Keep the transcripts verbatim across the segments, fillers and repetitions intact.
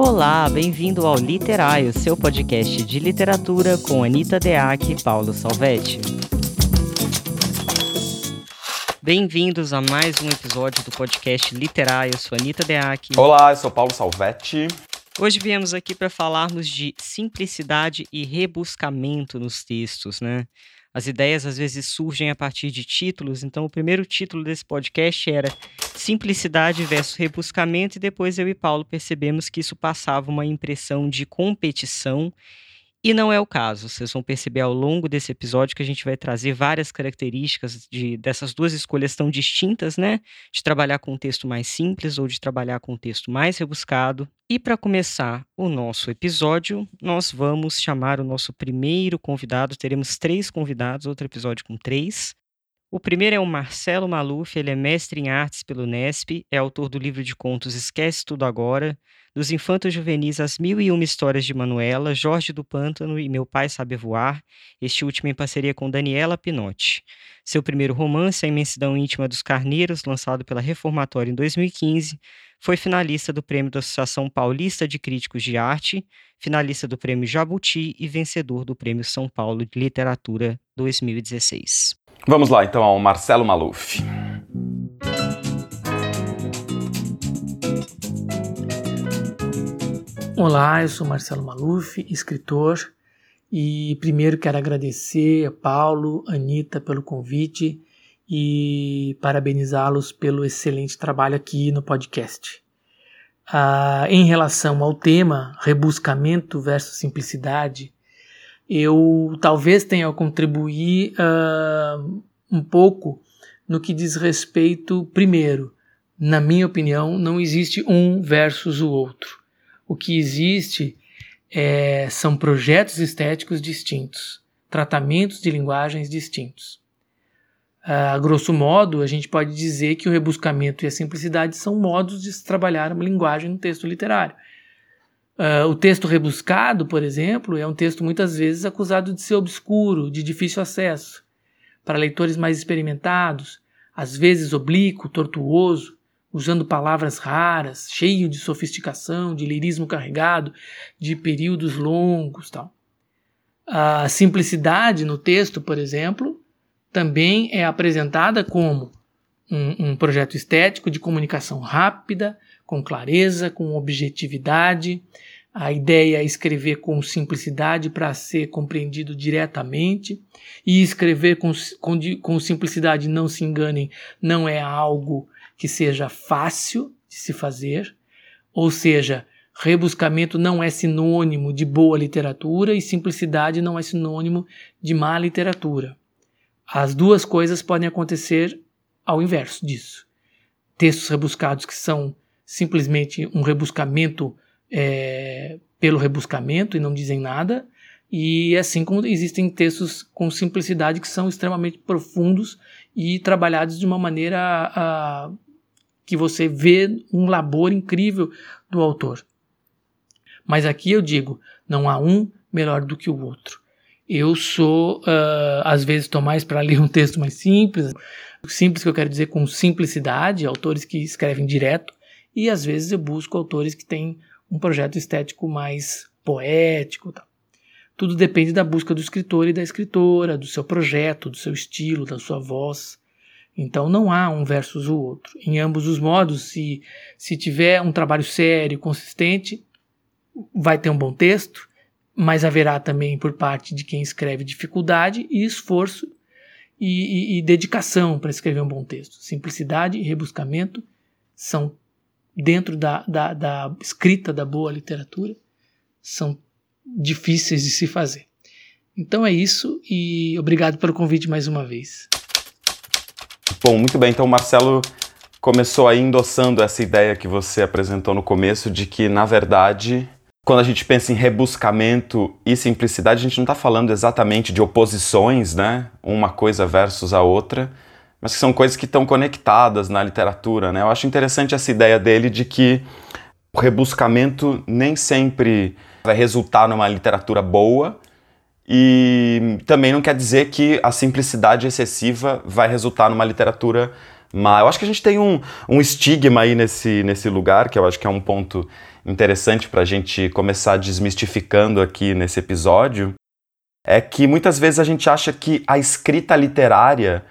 Olá, bem-vindo ao Literário, seu podcast de literatura com Anita Deac e Paulo Salvetti. Bem-vindos a mais um episódio do podcast Literário, eu sou Anita Deac. Olá, eu sou Paulo Salvetti. Hoje viemos aqui para falarmos de simplicidade e rebuscamento nos textos, né? As ideias às vezes surgem a partir de títulos, então o primeiro título desse podcast era Simplicidade versus Rebuscamento, e depois eu e Paulo percebemos que isso passava uma impressão de competição, e não é o caso. Vocês vão perceber ao longo desse episódio que a gente vai trazer várias características de, dessas duas escolhas tão distintas, né? De trabalhar com um texto mais simples ou de trabalhar com um texto mais rebuscado. E para começar o nosso episódio, nós vamos chamar o nosso primeiro convidado. Teremos três convidados, outro episódio com três. O primeiro é o Marcelo Maluf, ele é mestre em artes pelo Unesp, é autor do livro de contos Esquece Tudo Agora, dos infantos juvenis As Mil e Uma Histórias de Manuela, Jorge do Pântano e Meu Pai Sabe Voar, este último em parceria com Daniela Pinotti. Seu primeiro romance, A Imensidão Íntima dos Carneiros, lançado pela Reformatória em dois mil e quinze, foi finalista do Prêmio da Associação Paulista de Críticos de Arte, finalista do Prêmio Jabuti e vencedor do Prêmio São Paulo de Literatura dois mil e dezesseis. Vamos lá, então, ao Marcelo Maluf. Olá, eu sou Marcelo Maluf, escritor, e primeiro quero agradecer a Paulo, Anita pelo convite e parabenizá-los pelo excelente trabalho aqui no podcast. Ah, em relação ao tema rebuscamento versus simplicidade, eu talvez tenha a contribuir uh, um pouco no que diz respeito, primeiro, na minha opinião, não existe um versus o outro. O que existe é, são projetos estéticos distintos, tratamentos de linguagens distintos. Uh, a grosso modo, a gente pode dizer que o rebuscamento e a simplicidade são modos de se trabalhar uma linguagem no texto literário. Uh, o texto rebuscado, por exemplo, é um texto muitas vezes acusado de ser obscuro, de difícil acesso. Para leitores mais experimentados, às vezes oblíquo, tortuoso, usando palavras raras, cheio de sofisticação, de lirismo carregado, de períodos longos, tal. A simplicidade no texto, por exemplo, também é apresentada como um, um projeto estético de comunicação rápida, com clareza, com objetividade. A ideia é escrever com simplicidade para ser compreendido diretamente. E escrever com, com, com simplicidade, não se enganem, não é algo que seja fácil de se fazer. Ou seja, rebuscamento não é sinônimo de boa literatura e simplicidade não é sinônimo de má literatura. As duas coisas podem acontecer ao inverso disso. Textos rebuscados que são simplesmente um rebuscamento é, pelo rebuscamento e não dizem nada, e assim como existem textos com simplicidade que são extremamente profundos e trabalhados de uma maneira a, que você vê um labor incrível do autor. Mas aqui eu digo, não há um melhor do que o outro. Eu sou, uh, às vezes estou mais para ler um texto mais simples, simples que eu quero dizer com simplicidade, autores que escrevem direto, e às vezes eu busco autores que têm um projeto estético mais poético. Tal. Tudo depende da busca do escritor e da escritora, do seu projeto, do seu estilo, da sua voz. Então não há um versus o outro. Em ambos os modos, se, se tiver um trabalho sério, consistente, vai ter um bom texto, mas haverá também por parte de quem escreve dificuldade e esforço e, e, e dedicação para escrever um bom texto. Simplicidade e rebuscamento são dentro da, da, da escrita da boa literatura, são difíceis de se fazer. Então é isso, e obrigado pelo convite mais uma vez. Bom, muito bem, então o Marcelo começou aí endossando essa ideia que você apresentou no começo, de que, na verdade, quando a gente pensa em rebuscamento e simplicidade, a gente não está falando exatamente de oposições, né? Uma coisa versus a outra, mas que são coisas que estão conectadas na literatura, né? Eu acho interessante essa ideia dele de que o rebuscamento nem sempre vai resultar numa literatura boa e também não quer dizer que a simplicidade excessiva vai resultar numa literatura má. Eu acho que a gente tem um, um estigma aí nesse, nesse lugar, que eu acho que é um ponto interessante para a gente começar desmistificando aqui nesse episódio é que muitas vezes a gente acha que a escrita literária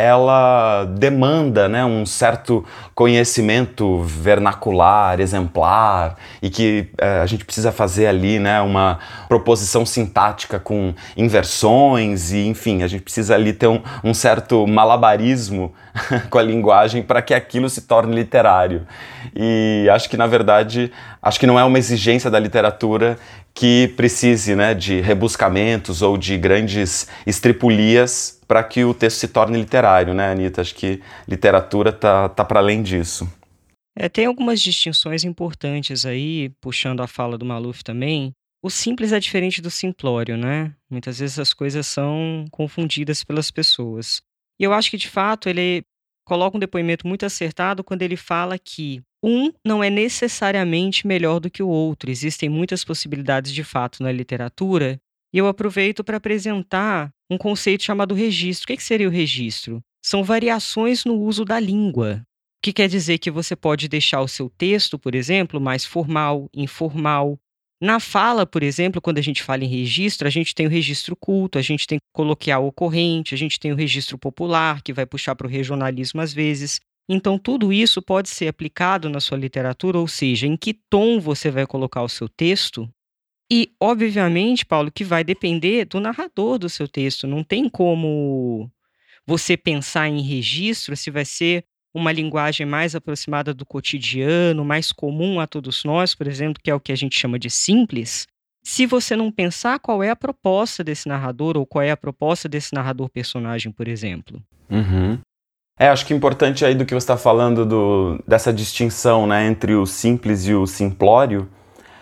ela demanda, né, um certo conhecimento vernacular, exemplar, e que é, a gente precisa fazer ali, né, uma proposição sintática com inversões, e enfim, a gente precisa ali ter um, um certo malabarismo com a linguagem para que aquilo se torne literário. E acho que, na verdade, acho que não é uma exigência da literatura que precise, né, de rebuscamentos ou de grandes estripulias para que o texto se torne literário, né, Anita? Acho que literatura tá, tá para além disso. É, tem algumas distinções importantes aí, puxando a fala do Maluf também. O simples é diferente do simplório, né? Muitas vezes as coisas são confundidas pelas pessoas. E eu acho que, de fato, ele coloca um depoimento muito acertado quando ele fala que um não é necessariamente melhor do que o outro. Existem muitas possibilidades, de fato, na literatura. E eu aproveito para apresentar um conceito chamado registro. O que que seria o registro? São variações no uso da língua. O que quer dizer que você pode deixar o seu texto, por exemplo, mais formal, informal. Na fala, por exemplo, quando a gente fala em registro, a gente tem o registro culto, a gente tem o coloquial ocorrente, a gente tem o registro popular, que vai puxar para o regionalismo às vezes. Então, tudo isso pode ser aplicado na sua literatura, ou seja, em que tom você vai colocar o seu texto. E, obviamente, Paulo, que vai depender do narrador do seu texto. Não tem como você pensar em registro se vai ser uma linguagem mais aproximada do cotidiano, mais comum a todos nós, por exemplo, que é o que a gente chama de simples, se você não pensar qual é a proposta desse narrador ou qual é a proposta desse narrador-personagem, por exemplo. Uhum. É, acho que é importante aí do que você está falando, do, dessa distinção, né, entre o simples e o simplório,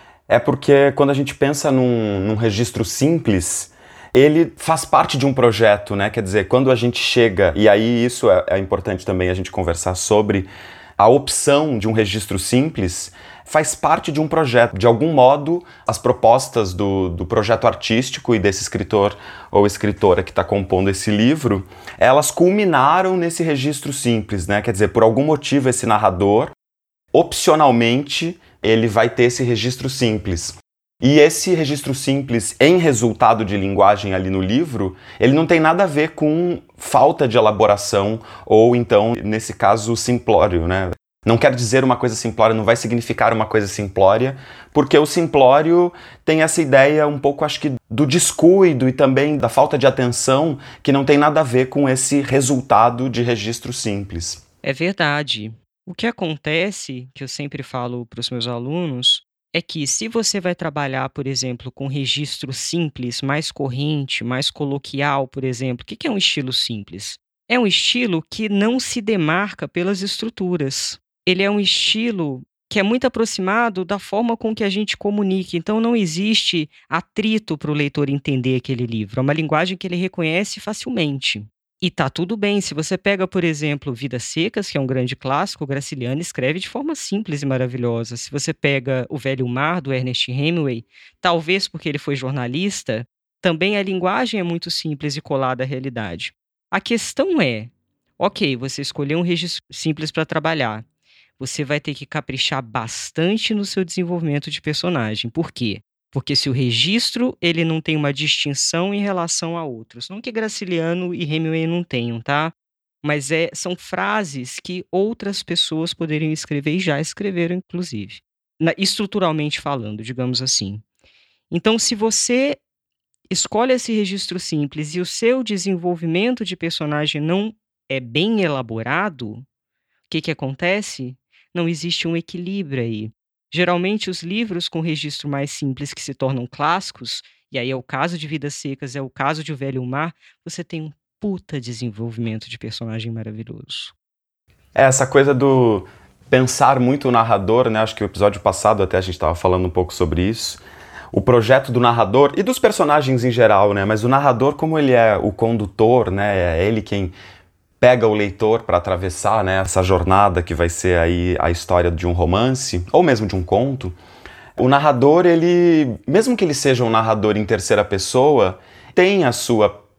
é porque quando a gente pensa num, num registro simples, ele faz parte de um projeto, né? Quer dizer, quando a gente chega, e aí isso é, é importante também a gente conversar sobre, a opção de um registro simples faz parte de um projeto. De algum modo, as propostas do, do projeto artístico e desse escritor ou escritora que está compondo esse livro, elas culminaram nesse registro simples, né? Quer dizer, por algum motivo esse narrador, opcionalmente, ele vai ter esse registro simples. E esse registro simples em resultado de linguagem ali no livro, ele não tem nada a ver com falta de elaboração ou então, nesse caso, simplório, né? Não quer dizer uma coisa simplória, não vai significar uma coisa simplória, porque o simplório tem essa ideia um pouco, acho que, do descuido e também da falta de atenção, que não tem nada a ver com esse resultado de registro simples. É verdade. O que acontece, que eu sempre falo para os meus alunos, é que se você vai trabalhar, por exemplo, com registro simples, mais corrente, mais coloquial, por exemplo, o que que é um estilo simples? É um estilo que não se demarca pelas estruturas. Ele é um estilo que é muito aproximado da forma com que a gente comunica. Então, não existe atrito para o leitor entender aquele livro. É uma linguagem que ele reconhece facilmente. E tá tudo bem. Se você pega, por exemplo, Vidas Secas, que é um grande clássico, o Graciliano escreve de forma simples e maravilhosa. Se você pega O Velho Mar, do Ernest Hemingway, talvez porque ele foi jornalista, também a linguagem é muito simples e colada à realidade. A questão é, ok, você escolheu um registro simples para trabalhar. Você vai ter que caprichar bastante no seu desenvolvimento de personagem. Por quê? Porque se o registro ele não tem uma distinção em relação a outros, não que Graciliano e Hemingway não tenham, tá? Mas é, são frases que outras pessoas poderiam escrever e já escreveram, inclusive, na, estruturalmente falando, digamos assim. Então, se você escolhe esse registro simples e o seu desenvolvimento de personagem não é bem elaborado, o que que acontece? Não existe um equilíbrio aí. Geralmente, os livros com registro mais simples que se tornam clássicos, e aí é o caso de Vidas Secas, é o caso de O Velho Mar, você tem um puta desenvolvimento de personagem maravilhoso. É, essa coisa do pensar muito o narrador, né? Acho que o episódio passado até a gente estava falando um pouco sobre isso. O projeto do narrador e dos personagens em geral, né? Mas o narrador, como ele é o condutor, né? É ele quem pega o leitor para atravessar, né, essa jornada que vai ser aí a história de um romance, ou mesmo de um conto. O narrador, ele, mesmo que ele seja um narrador em terceira pessoa, tem a sua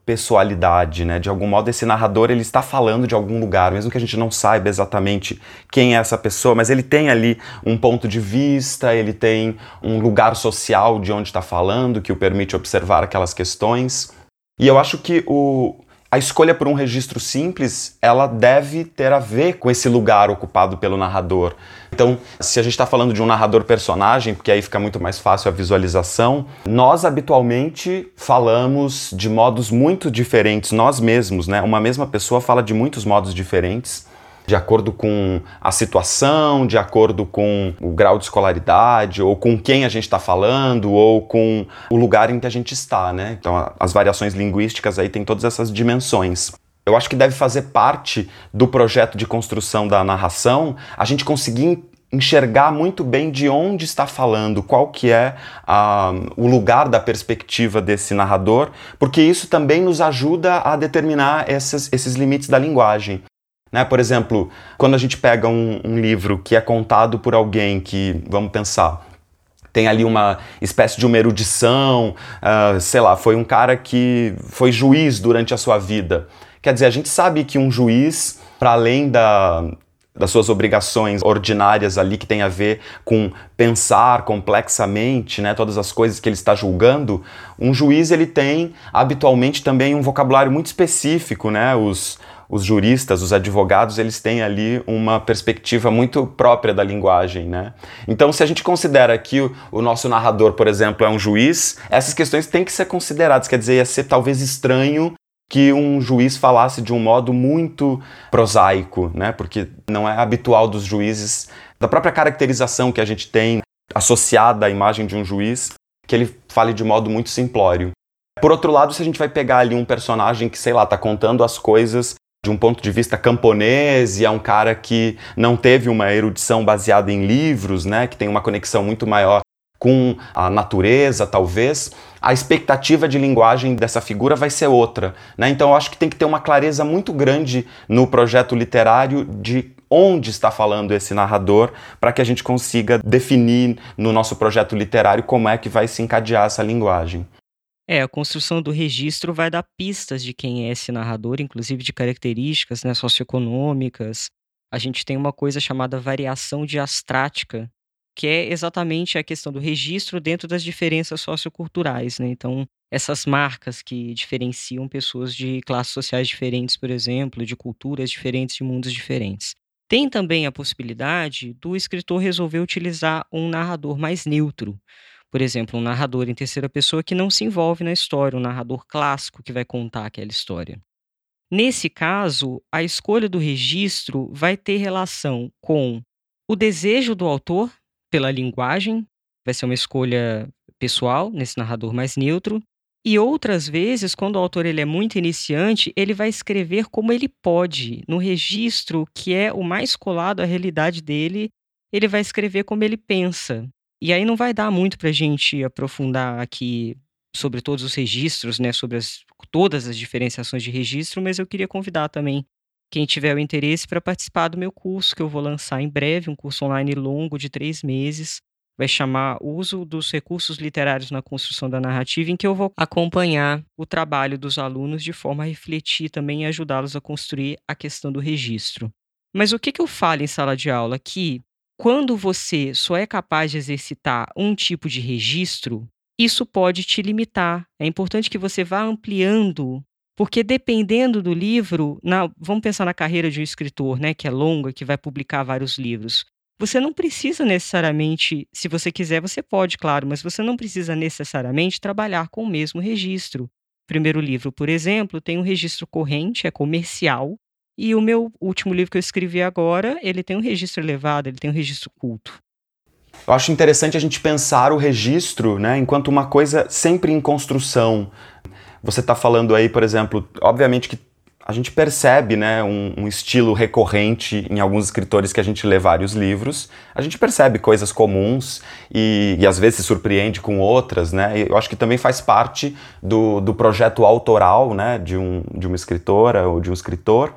pessoalidade, né? De algum modo esse narrador ele está falando de algum lugar, mesmo que a gente não saiba exatamente quem é essa pessoa, mas ele tem ali um ponto de vista, ele tem um lugar social de onde está falando, que o permite observar aquelas questões. E eu acho que o, a escolha por um registro simples, ela deve ter a ver com esse lugar ocupado pelo narrador. Então, se a gente está falando de um narrador-personagem, porque aí fica muito mais fácil a visualização, nós habitualmente falamos de modos muito diferentes, nós mesmos, né? Uma mesma pessoa fala de muitos modos diferentes, de acordo com a situação, de acordo com o grau de escolaridade, ou com quem a gente está falando, ou com o lugar em que a gente está, né? Então, as variações linguísticas aí têm todas essas dimensões. Eu acho que deve fazer parte do projeto de construção da narração a gente conseguir enxergar muito bem de onde está falando, qual que é uh, o lugar da perspectiva desse narrador, porque isso também nos ajuda a determinar esses, esses limites da linguagem. Né? Por exemplo, quando a gente pega um, um livro que é contado por alguém que, vamos pensar, tem ali uma espécie de uma erudição, uh, sei lá, foi um cara que foi juiz durante a sua vida. Quer dizer, a gente sabe que um juiz, para além da, das suas obrigações ordinárias ali, que tem a ver com pensar complexamente, né, todas as coisas que ele está julgando, um juiz ele tem habitualmente também um vocabulário muito específico, né? Os, os juristas, os advogados, eles têm ali uma perspectiva muito própria da linguagem, né? Então, se a gente considera que o, o nosso narrador, por exemplo, é um juiz, essas questões têm que ser consideradas, quer dizer, ia ser talvez estranho que um juiz falasse de um modo muito prosaico, né? Porque não é habitual dos juízes, da própria caracterização que a gente tem associada à imagem de um juiz, que ele fale de modo muito simplório. Por outro lado, se a gente vai pegar ali um personagem que, sei lá, está contando as coisas de um ponto de vista camponês e é um cara que não teve uma erudição baseada em livros, né? Que tem uma conexão muito maior com a natureza, talvez, a expectativa de linguagem dessa figura vai ser outra, né? Então eu acho que tem que ter uma clareza muito grande no projeto literário de onde está falando esse narrador para que a gente consiga definir no nosso projeto literário como é que vai se encadear essa linguagem. É, a construção do registro vai dar pistas de quem é esse narrador, inclusive de características, né, socioeconômicas. A gente tem uma coisa chamada variação diastrática, que é exatamente a questão do registro dentro das diferenças socioculturais, né? Então, essas marcas que diferenciam pessoas de classes sociais diferentes, por exemplo, de culturas diferentes, de mundos diferentes. Tem também a possibilidade do escritor resolver utilizar um narrador mais neutro. Por exemplo, um narrador em terceira pessoa que não se envolve na história, um narrador clássico que vai contar aquela história. Nesse caso, a escolha do registro vai ter relação com o desejo do autor pela linguagem, vai ser uma escolha pessoal nesse narrador mais neutro, e outras vezes, quando o autor ele é muito iniciante, ele vai escrever como ele pode, no registro que é o mais colado à realidade dele, ele vai escrever como ele pensa. E aí não vai dar muito para a gente aprofundar aqui sobre todos os registros, né, sobre as, todas as diferenciações de registro, mas eu queria convidar também quem tiver o interesse para participar do meu curso, que eu vou lançar em breve, um curso online longo de três meses, vai chamar Uso dos Recursos Literários na Construção da Narrativa, em que eu vou acompanhar o trabalho dos alunos de forma a refletir também e ajudá-los a construir a questão do registro. Mas o que, que eu falo em sala de aula? Que quando você só é capaz de exercitar um tipo de registro, isso pode te limitar. É importante que você vá ampliando, porque dependendo do livro, na, vamos pensar na carreira de um escritor, né, que é longa, que vai publicar vários livros. Você não precisa necessariamente, se você quiser, você pode, claro, mas você não precisa necessariamente trabalhar com o mesmo registro. O primeiro livro, por exemplo, tem um registro corrente, é comercial, e o meu último livro que eu escrevi agora, ele tem um registro elevado, ele tem um registro culto. Eu acho interessante a gente pensar o registro, né, enquanto uma coisa sempre em construção. Você está falando aí, por exemplo, obviamente que a gente percebe, né, um, um estilo recorrente em alguns escritores que a gente lê vários livros. A gente percebe coisas comuns e, e às vezes se surpreende com outras, né? E eu acho que também faz parte do, do projeto autoral, né, de, um, de uma escritora ou de um escritor,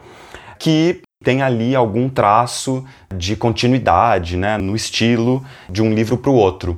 que tem ali algum traço de continuidade, né, no estilo de um livro para o outro.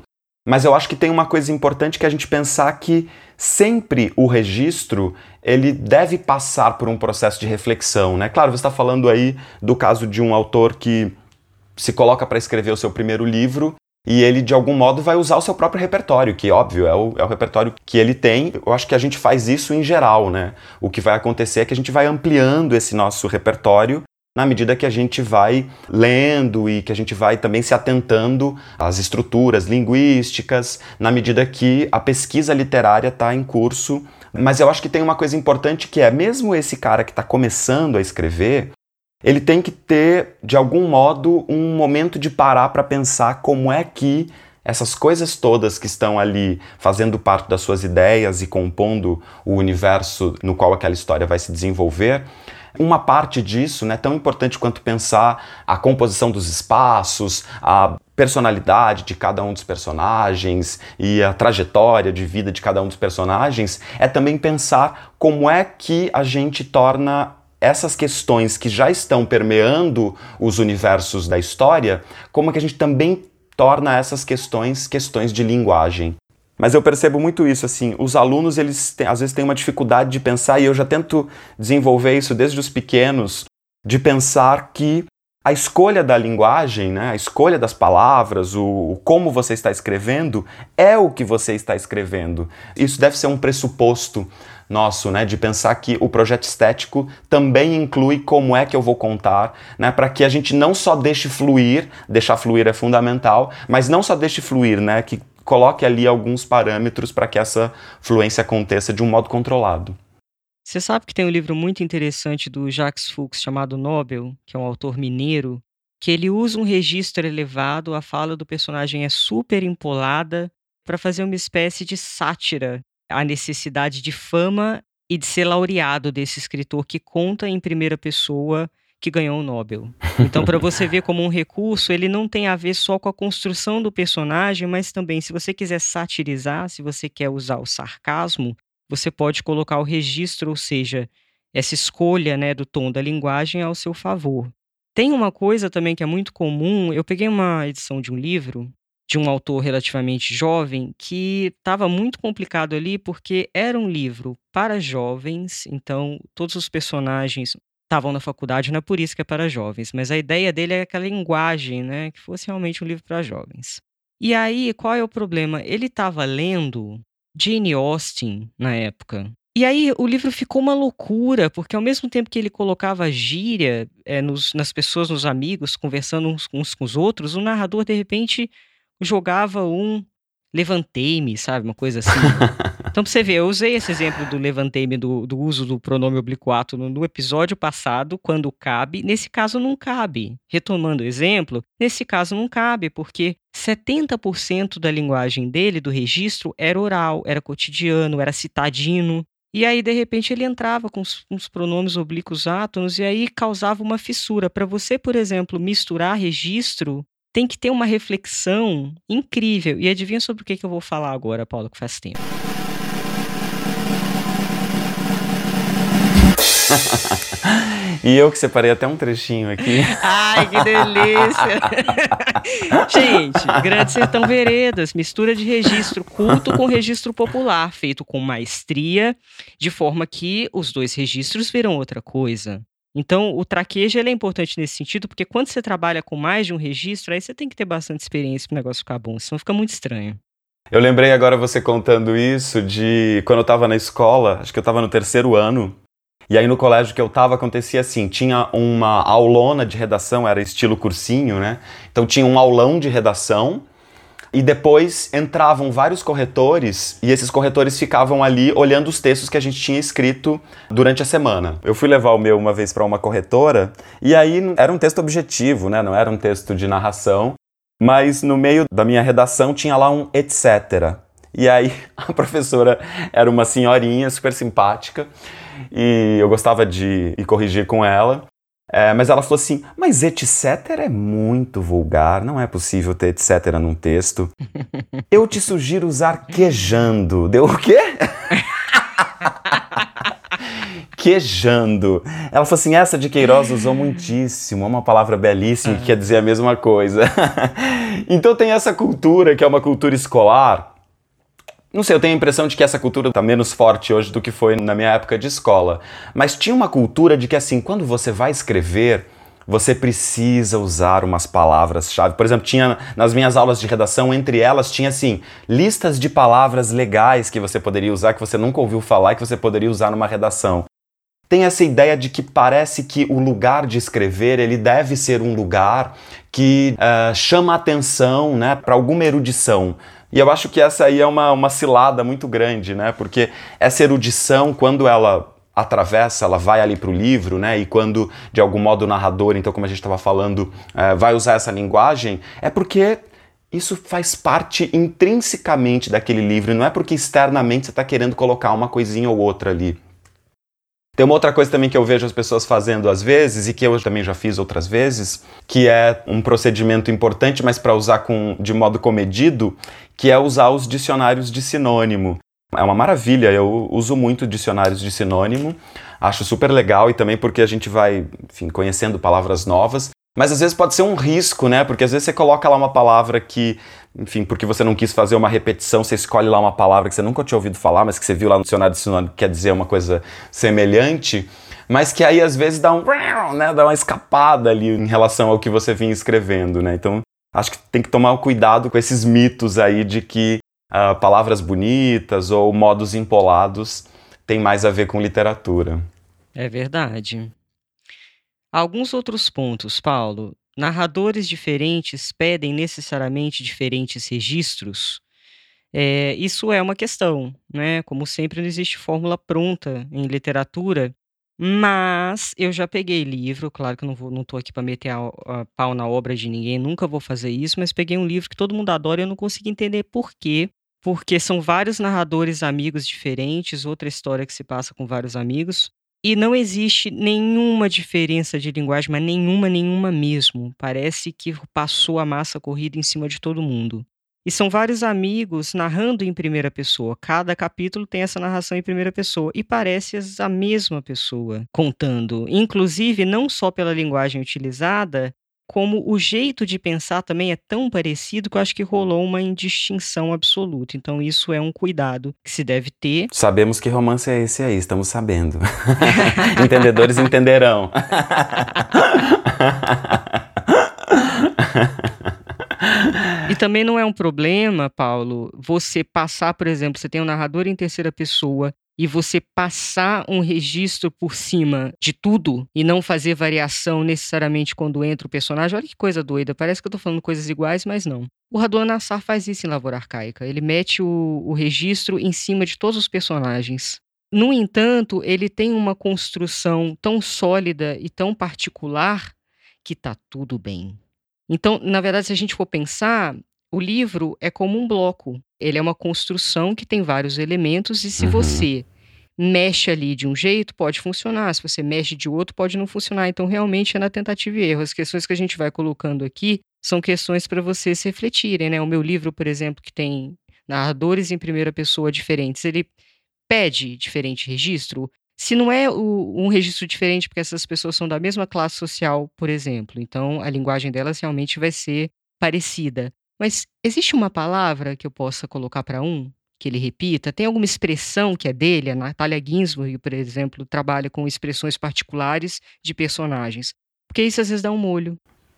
Mas eu acho que tem uma coisa importante que é a gente pensar que sempre o registro, ele deve passar por um processo de reflexão, né? Claro, você está falando aí do caso de um autor que se coloca para escrever o seu primeiro livro e ele, de algum modo, vai usar o seu próprio repertório, que, óbvio, é o, é o repertório que ele tem. Eu acho que a gente faz isso em geral, né? O que vai acontecer é que a gente vai ampliando esse nosso repertório na medida que a gente vai lendo e que a gente vai também se atentando às estruturas linguísticas, na medida que a pesquisa literária está em curso. Mas eu acho que tem uma coisa importante que é, mesmo esse cara que está começando a escrever, ele tem que ter, de algum modo, um momento de parar para pensar como é que essas coisas todas que estão ali fazendo parte das suas ideias e compondo o universo no qual aquela história vai se desenvolver, uma parte disso, né, tão importante quanto pensar a composição dos espaços, a personalidade de cada um dos personagens e a trajetória de vida de cada um dos personagens, é também pensar como é que a gente torna essas questões que já estão permeando os universos da história, como é que a gente também torna essas questões questões de linguagem. Mas eu percebo muito isso, assim, os alunos, eles têm, às vezes têm uma dificuldade de pensar, e eu já tento desenvolver isso desde os pequenos, de pensar que a escolha da linguagem, né, a escolha das palavras, o, o como você está escrevendo, é o que você está escrevendo. Isso deve ser um pressuposto nosso, né, de pensar que o projeto estético também inclui como é que eu vou contar, né, para que a gente não só deixe fluir, deixar fluir é fundamental, mas não só deixe fluir, né, que coloque ali alguns parâmetros para que essa fluência aconteça de um modo controlado. Você sabe que tem um livro muito interessante do Jacques Fuchs chamado Nobel, que é um autor mineiro, que ele usa um registro elevado, a fala do personagem é super empolada para fazer uma espécie de sátira à necessidade de fama e de ser laureado desse escritor que conta em primeira pessoa que ganhou o Nobel. Então, para você ver como um recurso, ele não tem a ver só com a construção do personagem, mas também, se você quiser satirizar, se você quer usar o sarcasmo, você pode colocar o registro, ou seja, essa escolha, né, do tom da linguagem ao seu favor. Tem uma coisa também que é muito comum, eu peguei uma edição de um livro, de um autor relativamente jovem, que estava muito complicado ali, porque era um livro para jovens, então todos os personagens estavam na faculdade, não é por isso que é para jovens, mas a ideia dele é aquela linguagem, né, que fosse realmente um livro para jovens. E aí, qual é o problema? Ele estava lendo Jane Austen na época. E aí o livro ficou uma loucura, porque ao mesmo tempo que ele colocava gíria é, nos, nas pessoas, nos amigos, conversando uns, uns com os outros, o narrador, de repente, jogava um levantei-me, sabe? Uma coisa assim. Então, pra você ver, eu usei esse exemplo do levantei-me, do, do uso do pronome oblíquo no, no episódio passado, quando cabe. Nesse caso, não cabe. Retomando o exemplo, nesse caso não cabe, porque setenta por cento da linguagem dele, do registro, era oral, era cotidiano, era citadino. E aí, de repente, ele entrava com os, com os pronomes oblíquos átonos e aí causava uma fissura. Para você, por exemplo, misturar registro, tem que ter uma reflexão incrível. E adivinha sobre o que, que eu vou falar agora, Paulo, que faz tempo. E eu que separei até um trechinho aqui. Ai, que delícia! Gente, Grande Sertão Veredas, mistura de registro culto com registro popular, feito com maestria, de forma que os dois registros viram outra coisa. Então, o traquejo ele é importante nesse sentido, porque quando você trabalha com mais de um registro, aí você tem que ter bastante experiência para o negócio ficar bom, senão fica muito estranho. Eu lembrei agora você contando isso de quando eu estava na escola, acho que eu estava no terceiro ano, e aí no colégio que eu estava acontecia assim, tinha uma aulona de redação, era estilo cursinho, né? Então tinha um aulão de redação, e depois entravam vários corretores, e esses corretores ficavam ali olhando os textos que a gente tinha escrito durante a semana. Eu fui levar o meu uma vez para uma corretora, e aí era um texto objetivo, né? Não era um texto de narração, mas no meio da minha redação tinha lá um etcétera. E aí a professora era uma senhorinha super simpática, e eu gostava de ir corrigir com ela. É, mas ela falou assim, mas etcétera é muito vulgar, não é possível ter etcétera num texto. Eu te sugiro usar quejando. Deu o quê? Quejando. Ela falou assim, essa de Queiroz usou muitíssimo, é uma palavra belíssima que quer dizer a mesma coisa. Então tem essa cultura que é uma cultura escolar. Não sei, eu tenho a impressão de que essa cultura está menos forte hoje do que foi na minha época de escola. Mas tinha uma cultura de que, assim, quando você vai escrever, você precisa usar umas palavras-chave. Por exemplo, tinha nas minhas aulas de redação, entre elas, tinha, assim, listas de palavras legais que você poderia usar, que você nunca ouviu falar e que você poderia usar numa redação. Tem essa ideia de que parece que o lugar de escrever, ele deve ser um lugar que uh, chama atenção, né, para alguma erudição. E eu acho que essa aí é uma, uma cilada muito grande, né? Porque essa erudição, quando ela atravessa, ela vai ali para o livro, né? E quando, de algum modo, o narrador, então, como a gente estava falando, uh, vai usar essa linguagem, é porque isso faz parte intrinsecamente daquele livro, e não é porque externamente você está querendo colocar uma coisinha ou outra ali. Tem uma outra coisa também que eu vejo as pessoas fazendo às vezes, e que eu também já fiz outras vezes, que é um procedimento importante, mas para usar com, de modo comedido, que é usar os dicionários de sinônimo. É uma maravilha, eu uso muito dicionários de sinônimo, acho super legal, e também porque a gente vai, enfim, conhecendo palavras novas, mas às vezes pode ser um risco, né? Porque às vezes você coloca lá uma palavra que, enfim, porque você não quis fazer uma repetição, você escolhe lá uma palavra que você nunca tinha ouvido falar, mas que você viu lá no dicionário de sinônimo que quer dizer uma coisa semelhante, mas que aí às vezes dá um, né, dá uma escapada ali em relação ao que você vinha escrevendo, né? Então, acho que tem que tomar cuidado com esses mitos aí de que uh, palavras bonitas ou modos empolados têm mais a ver com literatura. É verdade. Alguns outros pontos, Paulo. Narradores diferentes pedem necessariamente diferentes registros? É, isso é uma questão, né? Como sempre, não existe fórmula pronta em literatura, mas eu já peguei livro, claro que eu não vou, não estou aqui para meter a, a pau na obra de ninguém, nunca vou fazer isso, mas peguei um livro que todo mundo adora e eu não consegui entender por quê. Porque são vários narradores amigos diferentes, outra história que se passa com vários amigos. E não existe nenhuma diferença de linguagem, mas nenhuma, nenhuma mesmo. Parece que passou a massa corrida em cima de todo mundo. E são vários amigos narrando em primeira pessoa. Cada capítulo tem essa narração em primeira pessoa. E parece a mesma pessoa contando. Inclusive, não só pela linguagem utilizada, como o jeito de pensar também é tão parecido que eu acho que rolou uma indistinção absoluta. Então isso é um cuidado que se deve ter. Sabemos que romance é esse aí, estamos sabendo. Entendedores entenderão. E também não é um problema, Paulo, você passar, por exemplo, você tem um narrador em terceira pessoa e você passar um registro por cima de tudo e não fazer variação necessariamente quando entra o personagem. Olha que coisa doida, parece que eu tô falando coisas iguais, mas não. O Radwan Nassar faz isso em Lavoura Arcaica, ele mete o, o registro em cima de todos os personagens. No entanto, ele tem uma construção tão sólida e tão particular que tá tudo bem. Então, na verdade, se a gente for pensar, o livro é como um bloco. Ele é uma construção que tem vários elementos e se uhum. você mexe ali de um jeito, pode funcionar. Se você mexe de outro, pode não funcionar. Então, realmente é na tentativa e erro. As questões que a gente vai colocando aqui são questões para vocês refletirem, né? O meu livro, por exemplo, que tem narradores em primeira pessoa diferentes, ele pede diferente registro? Se não é o, um registro diferente porque essas pessoas são da mesma classe social, por exemplo, então a linguagem delas realmente vai ser parecida. Mas existe uma palavra que eu possa colocar para um, que ele repita? Tem alguma expressão que é dele? A Natalia Ginzburg, por exemplo, trabalha com expressões particulares de personagens. Porque isso às vezes dá um molho.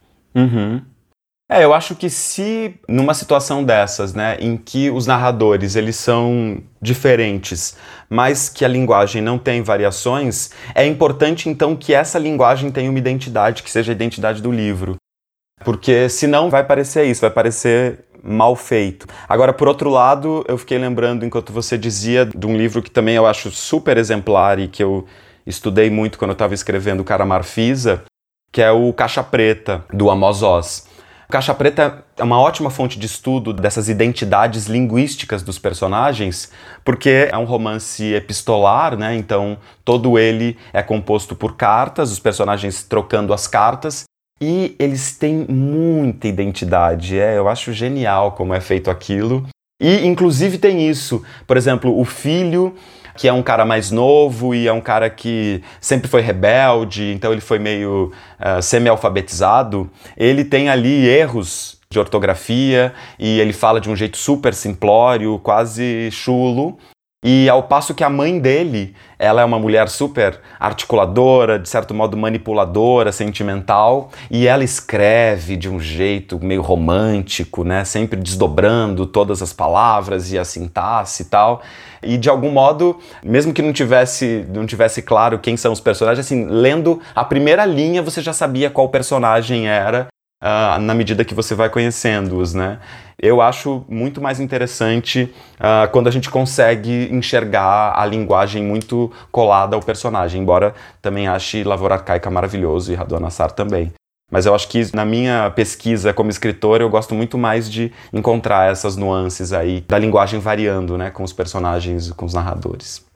Uhum. É, eu acho que se numa situação dessas, né, em que os narradores eles são diferentes, mas que a linguagem não tem variações, é importante então que essa linguagem tenha uma identidade, que seja a identidade do livro. Porque senão vai parecer isso, vai parecer mal feito. Agora, por outro lado, eu fiquei lembrando, enquanto você dizia, de um livro que também eu acho super exemplar e que eu estudei muito quando eu estava escrevendo Cara Marfisa, que é o Caixa Preta, do Amos Oz. O Caixa Preta é uma ótima fonte de estudo dessas identidades linguísticas dos personagens, porque é um romance epistolar, né? Então todo ele é composto por cartas, os personagens trocando as cartas, e eles têm muita identidade. É, eu acho genial como é feito aquilo. E inclusive tem isso, por exemplo, o filho, que é um cara mais novo e é um cara que sempre foi rebelde, então ele foi meio uh, semi-alfabetizado, ele tem ali erros de ortografia, e ele fala de um jeito super simplório, quase chulo. E ao passo que a mãe dele, ela é uma mulher super articuladora, de certo modo manipuladora, sentimental, e ela escreve de um jeito meio romântico, né? Sempre desdobrando todas as palavras e a sintaxe e tal. E de algum modo, mesmo que não tivesse, não tivesse claro quem são os personagens, assim, lendo a primeira linha você já sabia qual personagem era, uh, na medida que você vai conhecendo-os, né? Eu acho muito mais interessante uh, quando a gente consegue enxergar a linguagem muito colada ao personagem, embora também ache Lavoura Arcaica maravilhoso e Radon Assar também. Mas eu acho que na minha pesquisa como escritor eu gosto muito mais de encontrar essas nuances aí da linguagem variando, né, com os personagens, com os narradores.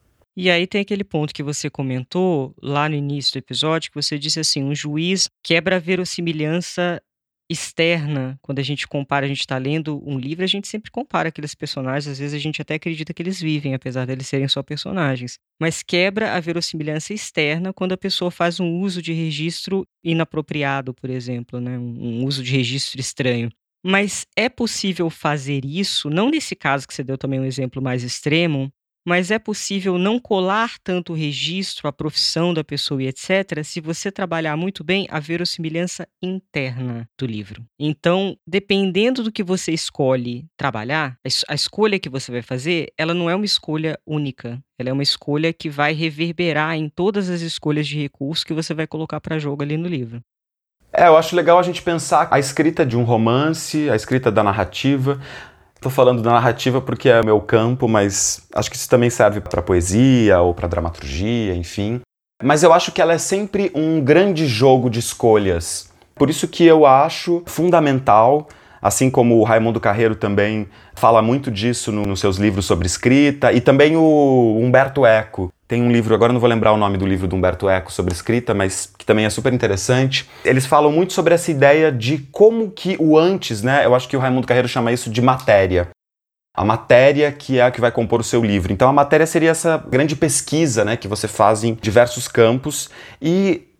E aí tem aquele ponto que você comentou lá no início do episódio, que você disse assim, um juiz quebra a verossimilhança externa. Quando a gente compara, a gente está lendo um livro, a gente sempre compara aqueles personagens, às vezes a gente até acredita que eles vivem, apesar de eles serem só personagens. Mas quebra a verossimilhança externa quando a pessoa faz um uso de registro inapropriado, por exemplo, né? um, um uso de registro estranho. Mas é possível fazer isso, não nesse caso que você deu também um exemplo mais extremo, mas é possível não colar tanto o registro, a profissão da pessoa e etcétera, se você trabalhar muito bem a verossimilhança interna do livro. Então, dependendo do que você escolhe trabalhar, a es- a escolha que você vai fazer, ela não é uma escolha única. Ela é uma escolha que vai reverberar em todas as escolhas de recurso que você vai colocar para jogo ali no livro. É, eu acho legal a gente pensar a escrita de um romance, a escrita da narrativa. Estou falando da narrativa porque é o meu campo, mas acho que isso também serve para poesia ou para dramaturgia, enfim. Mas eu acho que ela é sempre um grande jogo de escolhas. Por isso que eu acho fundamental, assim como o Raimundo Carreiro também fala muito disso no, nos seus livros sobre escrita, e também o Humberto Eco. Tem um livro, agora eu não vou lembrar o nome do livro do Humberto Eco sobre escrita, mas que também é super interessante. Eles falam muito sobre essa ideia de como que o antes, né? Eu acho que o Raimundo Carreiro chama isso de matéria. A matéria que é a que vai compor o seu livro. Então a matéria seria essa grande pesquisa, né, que você faz em diversos campos. E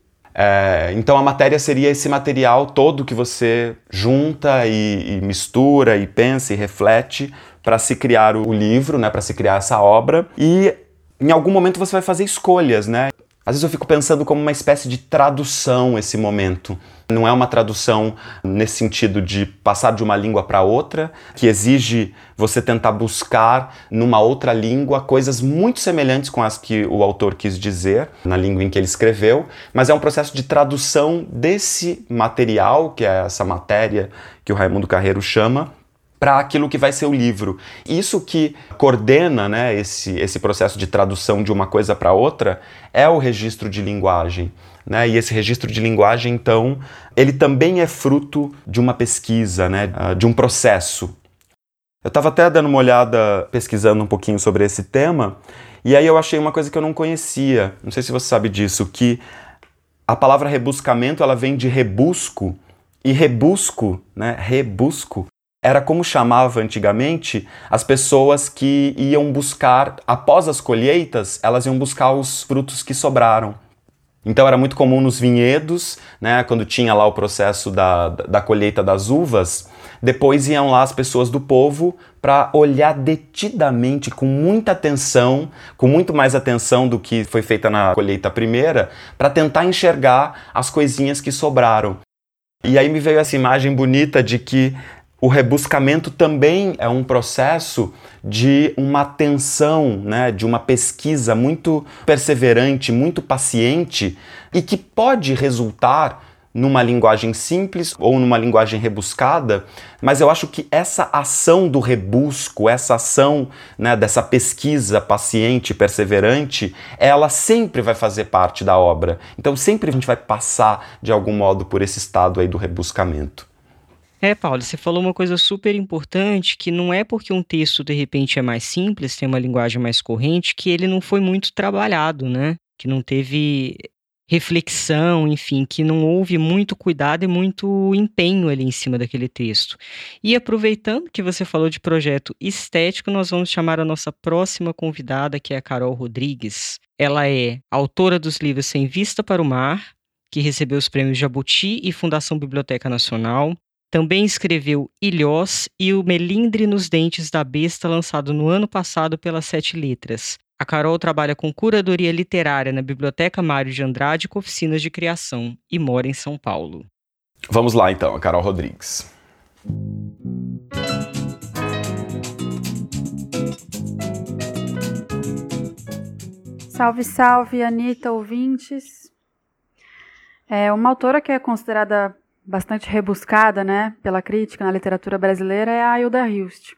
é, então a matéria seria esse material todo que você junta e, e mistura e pensa e reflete para se criar o livro, né, para se criar essa obra. E em algum momento você vai fazer escolhas, né? Às vezes eu fico pensando como uma espécie de tradução esse momento. Não é uma tradução nesse sentido de passar de uma língua para outra, que exige você tentar buscar numa outra língua coisas muito semelhantes com as que o autor quis dizer, na língua em que ele escreveu, mas é um processo de tradução desse material, que é essa matéria que o Raimundo Carreiro chama, para aquilo que vai ser o livro. Isso que coordena, né, esse, esse processo de tradução de uma coisa para outra é o registro de linguagem. Né? E esse registro de linguagem, então, ele também é fruto de uma pesquisa, né, de um processo. Eu estava até dando uma olhada, pesquisando um pouquinho sobre esse tema, e aí eu achei uma coisa que eu não conhecia, não sei se você sabe disso, que a palavra rebuscamento, ela vem de rebusco, e rebusco, né, rebusco, era como chamava antigamente as pessoas que iam buscar, após as colheitas, elas iam buscar os frutos que sobraram. Então era muito comum nos vinhedos, né, quando tinha lá o processo da, da colheita das uvas, depois iam lá as pessoas do povo para olhar detidamente, com muita atenção, com muito mais atenção do que foi feita na colheita primeira, para tentar enxergar as coisinhas que sobraram. E aí me veio essa imagem bonita de que o rebuscamento também é um processo de uma atenção, né, de uma pesquisa muito perseverante, muito paciente e que pode resultar numa linguagem simples ou numa linguagem rebuscada, mas eu acho que essa ação do rebusco, essa ação, né, dessa pesquisa paciente e perseverante, ela sempre vai fazer parte da obra. Então sempre a gente vai passar de algum modo por esse estado aí do rebuscamento. É, Paulo, você falou uma coisa super importante, que não é porque um texto de repente é mais simples, tem uma linguagem mais corrente, que ele não foi muito trabalhado, né? Que não teve reflexão, enfim, que não houve muito cuidado e muito empenho ali em cima daquele texto. E aproveitando que você falou de projeto estético, nós vamos chamar a nossa próxima convidada, que é a Carol Rodrigues. Ela é autora dos livros Sem Vista para o Mar, que recebeu os prêmios Jabuti e Fundação Biblioteca Nacional. Também escreveu Ilhós e O Melindre nos Dentes da Besta, lançado no ano passado pela Sete Letras. A Carol trabalha com curadoria literária na Biblioteca Mário de Andrade com oficinas de criação e mora em São Paulo. Vamos lá então, a Carol Rodrigues. Salve, salve, Anitta, ouvintes. É uma autora que é considerada bastante rebuscada, né, pela crítica na literatura brasileira é a Hilda Hilst.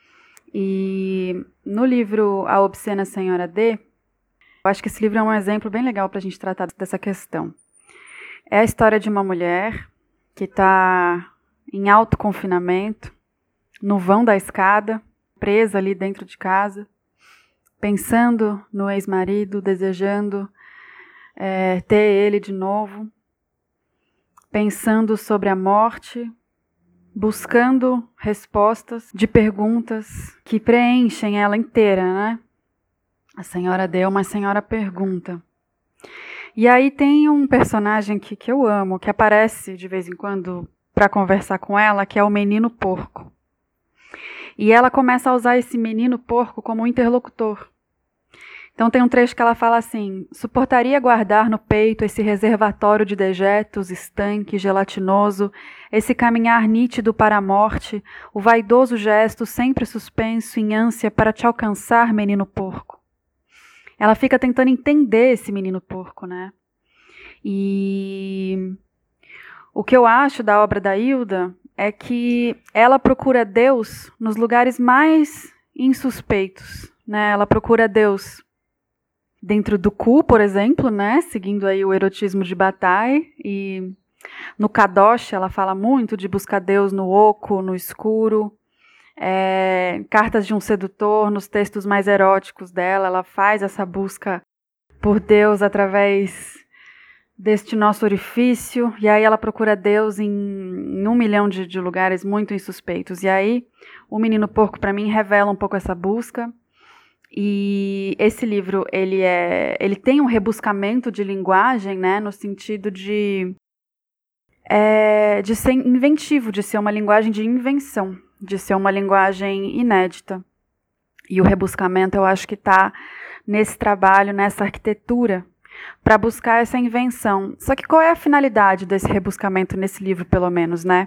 E no livro A Obscena Senhora D, eu acho que esse livro é um exemplo bem legal para a gente tratar dessa questão. É a história de uma mulher que está em alto confinamento, no vão da escada, presa ali dentro de casa, pensando no ex-marido, desejando é, ter ele de novo, pensando sobre a morte, buscando respostas de perguntas que preenchem ela inteira, né? A senhora deu, uma senhora pergunta. E aí tem um personagem que, que eu amo, que aparece de vez em quando para conversar com ela, que é o menino porco. E ela começa a usar esse menino porco como um interlocutor. Então tem um trecho que ela fala assim: suportaria guardar no peito esse reservatório de dejetos, estanque, gelatinoso, esse caminhar nítido para a morte, o vaidoso gesto sempre suspenso em ânsia para te alcançar, menino porco. Ela fica tentando entender esse menino porco, né? E o que eu acho da obra da Hilda é que ela procura Deus nos lugares mais insuspeitos, né? Ela procura Deus dentro do cu, por exemplo, né? Seguindo aí o erotismo de Bataille, e no Kadosh ela fala muito de buscar Deus no oco, no escuro. É, Cartas de um Sedutor, nos textos mais eróticos dela, ela faz essa busca por Deus através deste nosso orifício, e aí ela procura Deus em, em um milhão de, de lugares muito insuspeitos. E aí o Menino Porco, para mim, revela um pouco essa busca. E esse livro, ele, é, ele tem um rebuscamento de linguagem, né, no sentido de, é, de ser inventivo, de ser uma linguagem de invenção, de ser uma linguagem inédita. E o rebuscamento, eu acho que está nesse trabalho, nessa arquitetura, para buscar essa invenção. Só que qual é a finalidade desse rebuscamento nesse livro, pelo menos, né?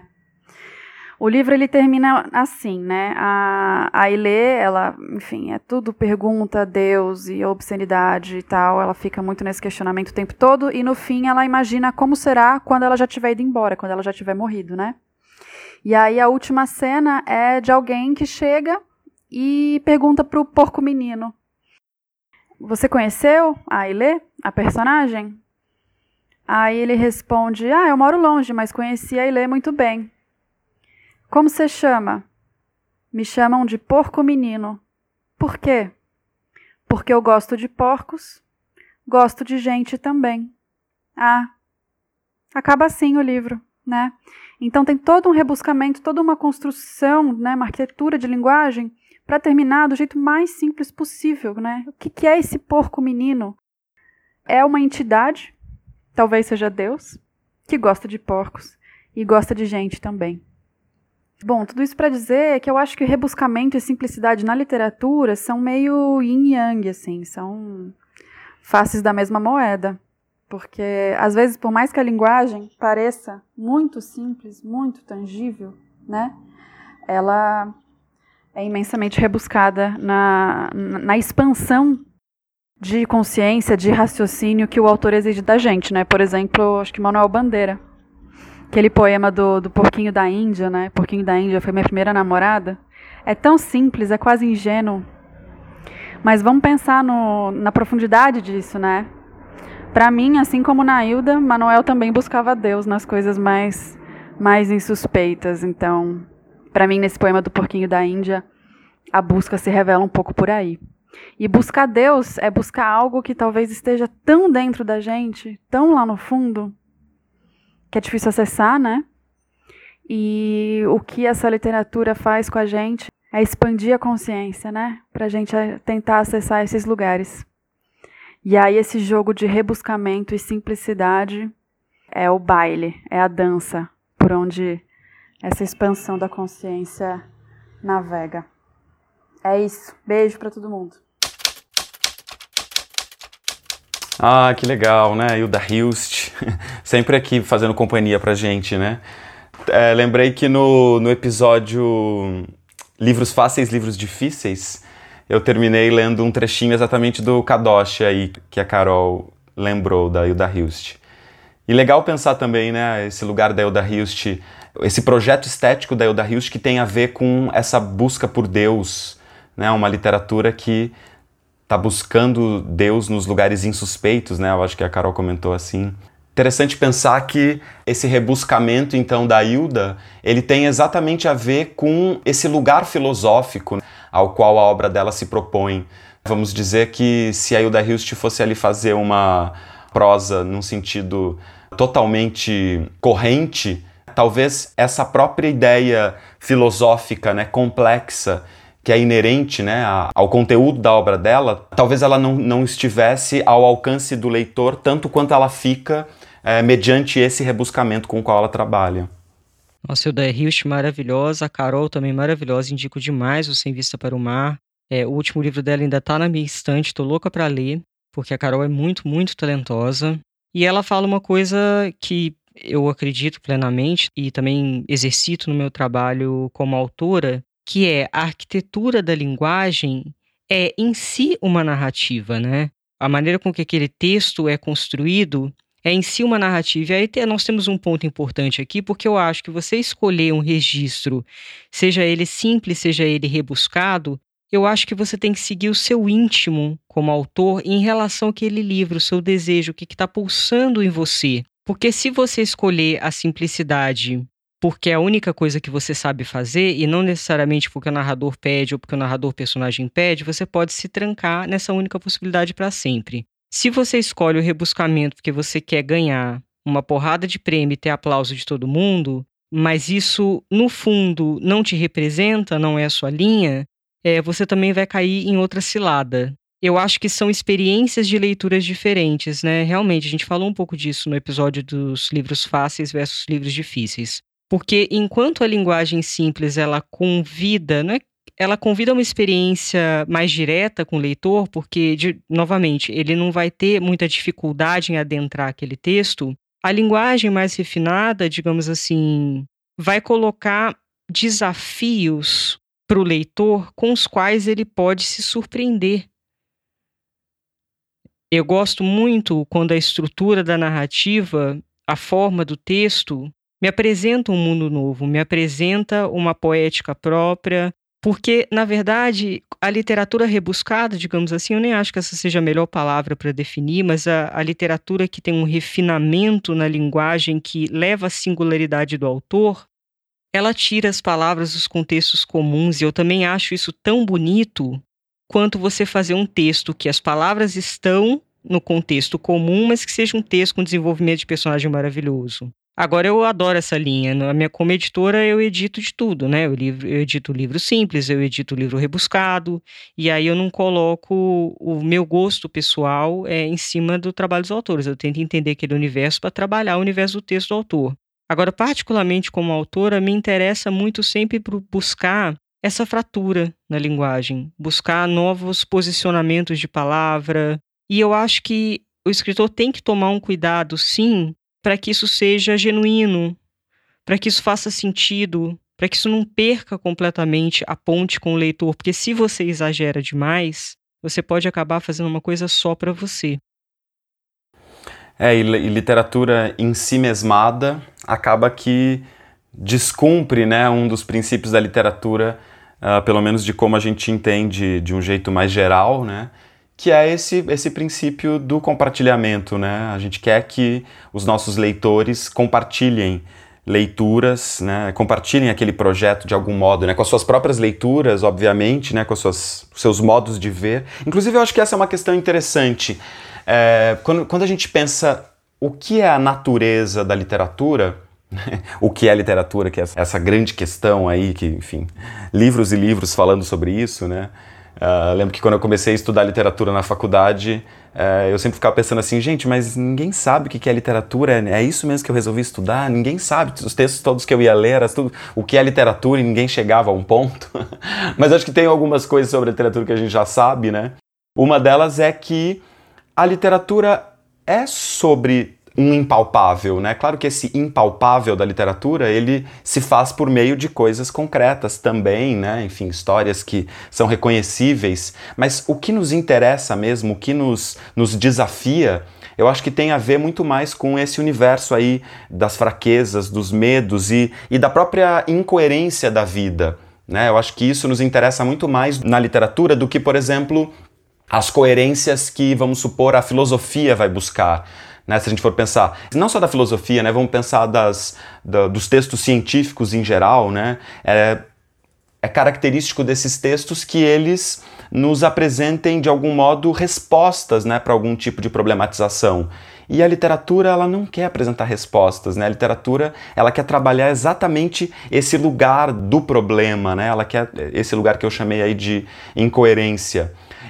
O livro, ele termina assim, né? A, a Ailê, ela, enfim, é tudo pergunta a Deus e obscenidade e tal. Ela fica muito nesse questionamento o tempo todo. E, no fim, ela imagina como será quando ela já tiver ido embora, quando ela já tiver morrido, né? E aí, a última cena é de alguém que chega e pergunta pro porco menino: você conheceu a Ailê, a personagem? Aí ele responde: ah, eu moro longe, mas conheci a Ailê muito bem. Como você chama? Me chamam de porco menino. Por quê? Porque eu gosto de porcos, gosto de gente também. Ah, acaba assim o livro, né? Então tem todo um rebuscamento, toda uma construção, né, uma arquitetura de linguagem para terminar do jeito mais simples possível, né? O que, que é esse porco menino? É uma entidade, talvez seja Deus, que gosta de porcos e gosta de gente também. Bom, tudo isso para dizer que eu acho que rebuscamento e simplicidade na literatura são meio yin e yang, assim, são faces da mesma moeda. Porque, às vezes, por mais que a linguagem pareça muito simples, muito tangível, né, ela é imensamente rebuscada na, na expansão de consciência, de raciocínio que o autor exige da gente, né? Por exemplo, acho que Manuel Bandeira. Aquele poema do, do Porquinho da Índia, né? Porquinho da Índia foi minha primeira namorada. É tão simples, é quase ingênuo. Mas vamos pensar no, na profundidade disso, né? Para mim, assim como na Hilda, Manuel também buscava Deus nas coisas mais, mais insuspeitas. Então, para mim, nesse poema do Porquinho da Índia, a busca se revela um pouco por aí. E buscar Deus é buscar algo que talvez esteja tão dentro da gente, tão lá no fundo, que é difícil acessar, né? E o que essa literatura faz com a gente é expandir a consciência, né? Para a gente tentar acessar esses lugares. E aí esse jogo de rebuscamento e simplicidade é o baile, é a dança, por onde essa expansão da consciência navega. É isso. Beijo para todo mundo. Ah, que legal, né? Hilda Hilst, sempre aqui fazendo companhia pra gente, né? É, lembrei que no, no episódio Livros Fáceis, Livros Difíceis, eu terminei lendo um trechinho exatamente do Kadosh aí, que a Carol lembrou, da Hilda Hilst. E legal pensar também, né, esse lugar da Hilda Hilst, esse projeto estético da Hilda Hilst que tem a ver com essa busca por Deus, né, uma literatura que está buscando Deus nos lugares insuspeitos, né, eu acho que a Carol comentou assim. Interessante pensar que esse rebuscamento, então, da Hilda, ele tem exatamente a ver com esse lugar filosófico ao qual a obra dela se propõe. Vamos dizer que se a Hilda Hilst fosse ali fazer uma prosa num sentido totalmente corrente, talvez essa própria ideia filosófica, né, complexa, que é inerente, né, ao conteúdo da obra dela, talvez ela não, não estivesse ao alcance do leitor tanto quanto ela fica é, mediante esse rebuscamento com o qual ela trabalha. Nossa, Hilda Hilst maravilhosa, a Carol também maravilhosa, indico demais o Sem Vista para o Mar. É, o último livro dela ainda está na minha estante, tô louca para ler, porque a Carol é muito, muito talentosa. E ela fala uma coisa que eu acredito plenamente e também exercito no meu trabalho como autora, que é a arquitetura da linguagem é em si uma narrativa, né? A maneira com que aquele texto é construído é em si uma narrativa. E aí nós temos um ponto importante aqui, porque eu acho que você escolher um registro, seja ele simples, seja ele rebuscado, eu acho que você tem que seguir o seu íntimo como autor em relação àquele livro, o seu desejo, o que está pulsando em você. Porque se você escolher a simplicidade porque é a única coisa que você sabe fazer, e não necessariamente porque o narrador pede ou porque o narrador personagem pede, você pode se trancar nessa única possibilidade para sempre. Se você escolhe o rebuscamento porque você quer ganhar uma porrada de prêmio e ter aplauso de todo mundo, mas isso, no fundo, não te representa, não é a sua linha, é, você também vai cair em outra cilada. Eu acho que são experiências de leituras diferentes, né? Realmente, a gente falou um pouco disso no episódio dos livros fáceis versus livros difíceis. Porque enquanto a linguagem simples, ela convida, né, ela convida uma experiência mais direta com o leitor, porque, de, novamente, ele não vai ter muita dificuldade em adentrar aquele texto, a linguagem mais refinada, digamos assim, vai colocar desafios para o leitor com os quais ele pode se surpreender. Eu gosto muito quando a estrutura da narrativa, a forma do texto, me apresenta um mundo novo, me apresenta uma poética própria, porque, na verdade, a literatura rebuscada, digamos assim, eu nem acho que essa seja a melhor palavra para definir, mas a, a literatura que tem um refinamento na linguagem que leva à singularidade do autor, ela tira as palavras dos contextos comuns, e eu também acho isso tão bonito quanto você fazer um texto que as palavras estão no contexto comum, mas que seja um texto com desenvolvimento de personagem maravilhoso. Agora, eu adoro essa linha. Na minha, como editora, eu edito de tudo, né? Eu, livro, eu edito livro simples, eu edito livro rebuscado, e aí eu não coloco o meu gosto pessoal é, em cima do trabalho dos autores. Eu tento entender aquele universo para trabalhar o universo do texto do autor. Agora, particularmente como autora, me interessa muito sempre buscar essa fratura na linguagem, buscar novos posicionamentos de palavra, e eu acho que o escritor tem que tomar um cuidado, sim, para que isso seja genuíno, para que isso faça sentido, para que isso não perca completamente a ponte com o leitor, porque se você exagera demais, você pode acabar fazendo uma coisa só para você. É, e, e literatura em si mesmada acaba que descumpre, né, um dos princípios da literatura, uh, pelo menos de como a gente entende de um jeito mais geral, né? Que é esse, esse princípio do compartilhamento, né? A gente quer que os nossos leitores compartilhem leituras, né? Compartilhem aquele projeto de algum modo, né? Com as suas próprias leituras, obviamente, né? Com os seus, seus modos de ver. Inclusive, eu acho que essa é uma questão interessante. É, quando, quando a gente pensa o que é a natureza da literatura, o que é literatura, que é essa, essa grande questão aí, que, enfim, livros e livros falando sobre isso, né? Uh, lembro que quando eu comecei a estudar literatura na faculdade, É, eu sempre ficava pensando assim, gente, mas ninguém sabe o que é literatura, é isso mesmo que eu resolvi estudar? Ninguém sabe, os textos todos que eu ia ler, era tudo, o que é literatura e ninguém chegava a um ponto. Mas acho que tem algumas coisas sobre a literatura que a gente já sabe, né? Uma delas é que a literatura é sobre um impalpável, né? Claro que esse impalpável da literatura, ele se faz por meio de coisas concretas também, né? Enfim, histórias que são reconhecíveis, mas o que nos interessa mesmo, o que nos, nos desafia, eu acho que tem a ver muito mais com esse universo aí das fraquezas, dos medos e, e da própria incoerência da vida, né? Eu acho que isso nos interessa muito mais na literatura do que, por exemplo, as coerências que, vamos supor, a filosofia vai buscar. Né, se a gente for pensar, não só da filosofia, né, vamos pensar das, da, dos textos científicos em geral, né, é, é característico desses textos que eles nos apresentem, de algum modo, respostas, né, para algum tipo de problematização. E a literatura, ela não quer apresentar respostas, né, a literatura, ela quer trabalhar exatamente esse lugar do problema, né, ela quer esse lugar que eu chamei aí de incoerência.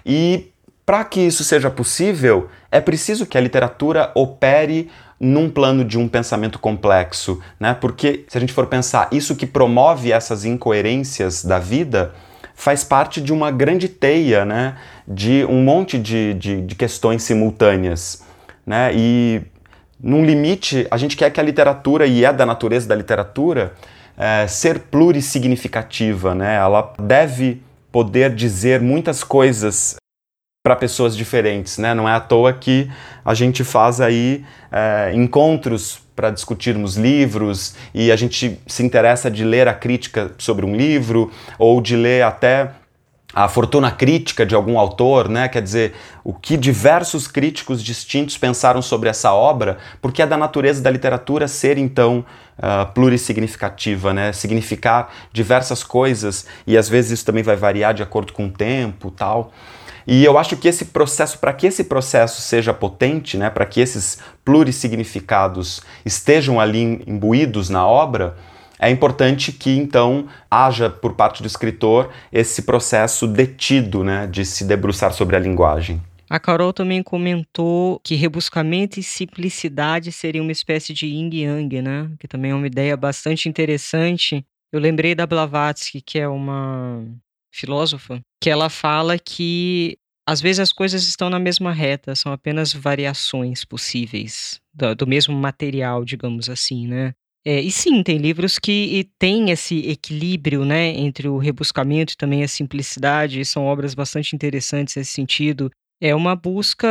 E para que isso seja possível, é preciso que a literatura opere num plano de um pensamento complexo, né? Porque, se a gente for pensar, isso que promove essas incoerências da vida faz parte de uma grande teia, né? De um monte de, de, de questões simultâneas, né? E, num limite, a gente quer que a literatura, e é da natureza da literatura, é, ser plurissignificativa, né? Ela deve poder dizer muitas coisas para pessoas diferentes, né? Não é à toa que a gente faz aí é, encontros para discutirmos livros e a gente se interessa de ler a crítica sobre um livro ou de ler até a fortuna crítica de algum autor, né? Quer dizer, o que diversos críticos distintos pensaram sobre essa obra, porque é da natureza da literatura ser, então, uh, plurissignificativa, né? Significar diversas coisas e às vezes isso também vai variar de acordo com o tempo e tal. E eu acho que esse processo, para que esse processo seja potente, né, para que esses plurissignificados estejam ali imbuídos na obra, é importante que, então, haja por parte do escritor esse processo detido, né, de se debruçar sobre a linguagem. A Carol também comentou que rebuscamento e simplicidade seria uma espécie de yin e yang, né, que também é uma ideia bastante interessante. Eu lembrei da Blavatsky, que é uma filósofa, que ela fala que às vezes as coisas estão na mesma reta, são apenas variações possíveis do, do mesmo material, digamos assim, né? É, e sim, tem livros que têm esse equilíbrio, né, entre o rebuscamento e também a simplicidade, e são obras bastante interessantes nesse sentido. É uma busca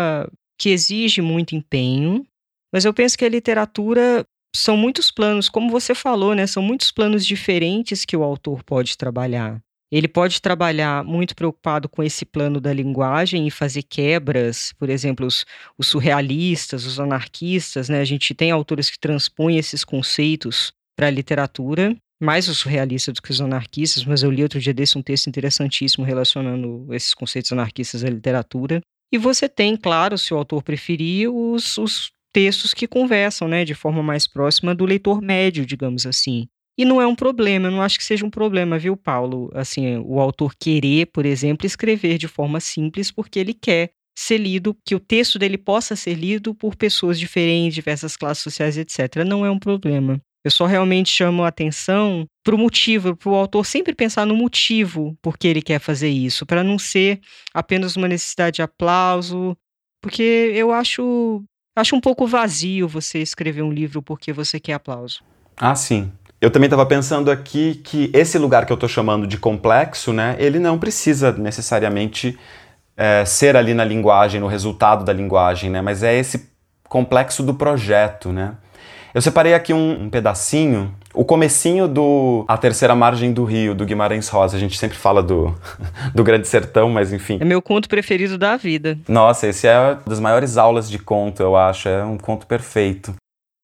que exige muito empenho, mas eu penso que a literatura são muitos planos, como você falou, né, são muitos planos diferentes que o autor pode trabalhar. Ele pode trabalhar muito preocupado com esse plano da linguagem e fazer quebras, por exemplo, os, os surrealistas, os anarquistas, né? A gente tem autores que transpõem esses conceitos para a literatura, mais os surrealistas do que os anarquistas, mas eu li outro dia desse um texto interessantíssimo relacionando esses conceitos anarquistas à literatura. E você tem, claro, se o autor preferir, os, os textos que conversam, né, de forma mais próxima do leitor médio, digamos assim. E não é um problema, eu não acho que seja um problema, viu, Paulo? Assim, o autor querer, por exemplo, escrever de forma simples porque ele quer ser lido, que o texto dele possa ser lido por pessoas diferentes, diversas classes sociais, etcétera. Não é um problema. Eu só realmente chamo a atenção para o motivo, para o autor sempre pensar no motivo por que ele quer fazer isso, para não ser apenas uma necessidade de aplauso, porque eu acho, acho um pouco vazio você escrever um livro porque você quer aplauso. Ah, sim. Eu também estava pensando aqui que esse lugar que eu estou chamando de complexo, né, ele não precisa necessariamente é, ser ali na linguagem, no resultado da linguagem, né, mas é esse complexo do projeto, né. Eu separei aqui um, um pedacinho, o comecinho do A Terceira Margem do Rio, do Guimarães Rosa. A gente sempre fala do, do Grande Sertão, mas enfim. É meu conto preferido da vida. Nossa, esse é uma das maiores aulas de conto, eu acho, é um conto perfeito.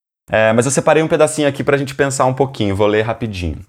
É, mas eu separei um pedacinho aqui pra gente pensar um pouquinho, vou ler rapidinho.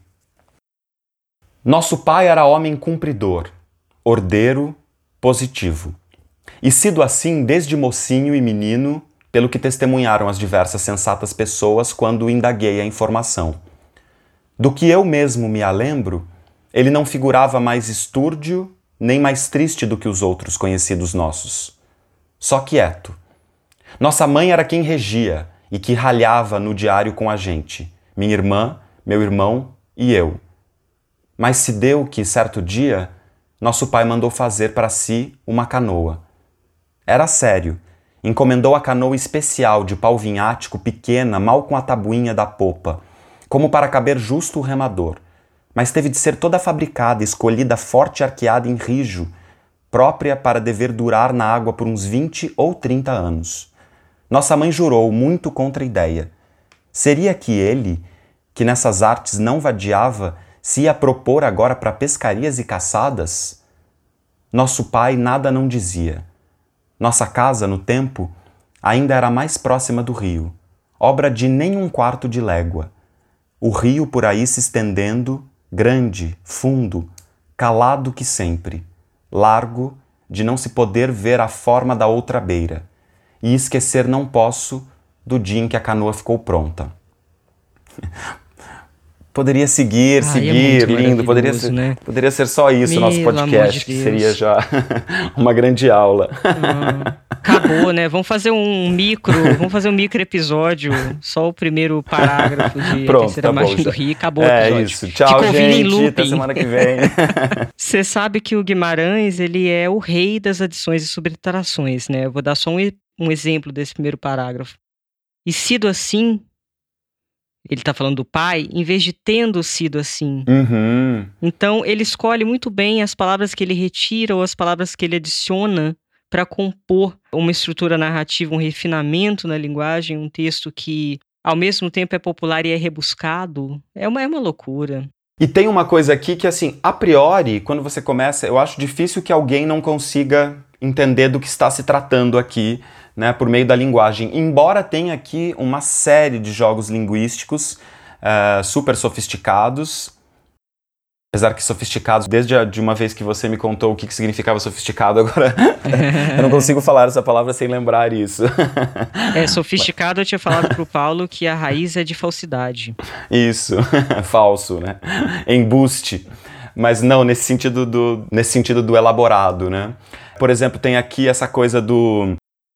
Nosso pai era homem cumpridor, ordeiro, positivo. E sido assim desde mocinho e menino, pelo que testemunharam as diversas sensatas pessoas quando indaguei a informação. Do que eu mesmo me alembro, ele não figurava mais estúrdio, nem mais triste do que os outros conhecidos nossos. só quieto. Nossa mãe era quem regia e que ralhava no diário com a gente, minha irmã, meu irmão e eu. Mas se deu que, certo dia, nosso pai mandou fazer para si uma canoa. Era sério, encomendou a canoa especial de pau vinhático pequena, mal com a tabuinha da popa, como para caber justo o remador, mas teve de ser toda fabricada, escolhida forte e arqueada em rijo, própria para dever durar na água por uns vinte ou trinta anos. Nossa mãe jurou, muito contra a ideia. Seria que ele, que nessas artes não vadiava, se ia propor agora para pescarias e caçadas? Nosso pai nada não dizia. Nossa casa, no tempo, ainda era mais próxima do rio, obra de nem um quarto de légua. O rio por aí se estendendo, grande, fundo, calado que sempre, largo, de não se poder ver a forma da outra beira, e esquecer não posso do dia em que a canoa ficou pronta. Poderia seguir, Ai, seguir, é muito lindo, poderia ser, maravilhoso, né? poderia ser só isso o nosso Pelo amor podcast, de que Deus. seria já uma grande aula. Ah, acabou, né? Vamos fazer um micro, vamos fazer um micro episódio, só o primeiro parágrafo de Pronto, A Terceira tá bom, Margem já. do Rio, acabou o É episódio. isso, tchau, Fica ouvindo em gente, looping. até semana que vem. Você sabe que o Guimarães, ele é o rei das adições e subtrações, né? Eu vou dar só um, e- um exemplo desse primeiro parágrafo. E sido assim, ele tá falando do pai, em vez de tendo sido assim. Uhum. Então, ele escolhe muito bem as palavras que ele retira ou as palavras que ele adiciona para compor uma estrutura narrativa, um refinamento na linguagem, um texto que, ao mesmo tempo, é popular e é rebuscado. É uma, é uma loucura. E tem uma coisa aqui que, assim, a priori, quando você começa, eu acho difícil que alguém não consiga entender do que está se tratando aqui, né, por meio da linguagem. Embora tenha aqui uma série de jogos linguísticos uh, super sofisticados, apesar que sofisticados, desde a, de uma vez que você me contou o que, que significava sofisticado, agora eu não consigo falar essa palavra sem lembrar isso. É, sofisticado, eu tinha falado pro Paulo que a raiz é de falsidade. Isso, falso, né? Embuste. Mas não, nesse sentido do, nesse sentido do elaborado, né? Por exemplo, tem aqui essa coisa do...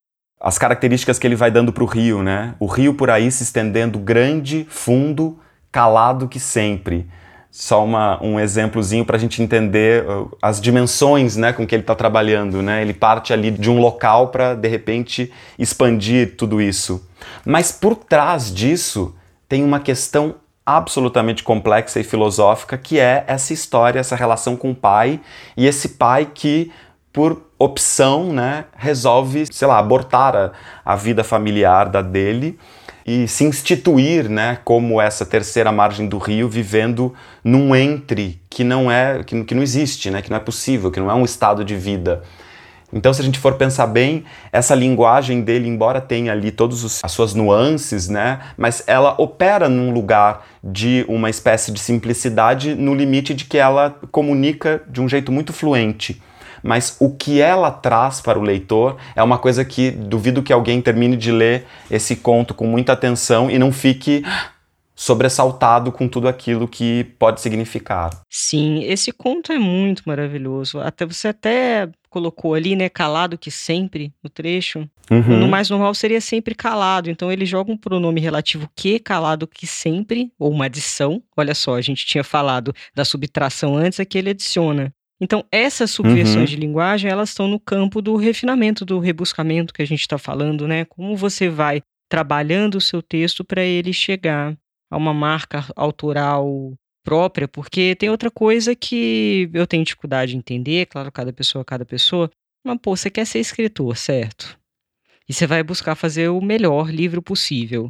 as características que ele vai dando pro rio, né? O rio por aí se estendendo grande, fundo, calado que sempre. Só uma, um exemplozinho para a gente entender uh, as dimensões, né, com que ele está trabalhando, né? Ele parte ali de um local para, de repente, expandir tudo isso. Mas por trás disso tem uma questão absolutamente complexa e filosófica, que é essa história, essa relação com o pai, e esse pai que, por opção, né, resolve, sei lá, abortar a, a vida familiar da dele e se instituir, né, como essa terceira margem do rio, vivendo num entre que não é, que, que não existe, né, que não é possível, que não é um estado de vida. Então, se a gente for pensar bem, essa linguagem dele, embora tenha ali todas as suas nuances, né, mas ela opera num lugar de uma espécie de simplicidade no limite de que ela comunica de um jeito muito fluente. Mas o que ela traz para o leitor é uma coisa que duvido que alguém termine de ler esse conto com muita atenção e não fique sobressaltado com tudo aquilo que pode significar. Sim, esse conto é muito maravilhoso. Até você até colocou ali, né, calado que sempre, no trecho. Uhum. No mais normal seria sempre calado. Então ele joga um pronome relativo que, calado que sempre, ou uma adição. Olha só, a gente tinha falado da subtração antes, aqui ele adiciona. Então essas subversões Uhum. de linguagem, elas estão no campo do refinamento, do rebuscamento que a gente está falando, né? Como você vai trabalhando o seu texto para ele chegar a uma marca autoral própria, porque tem outra coisa que eu tenho dificuldade de entender, claro, cada pessoa, cada pessoa, mas pô, você quer ser escritor, certo? E você vai buscar fazer o melhor livro possível.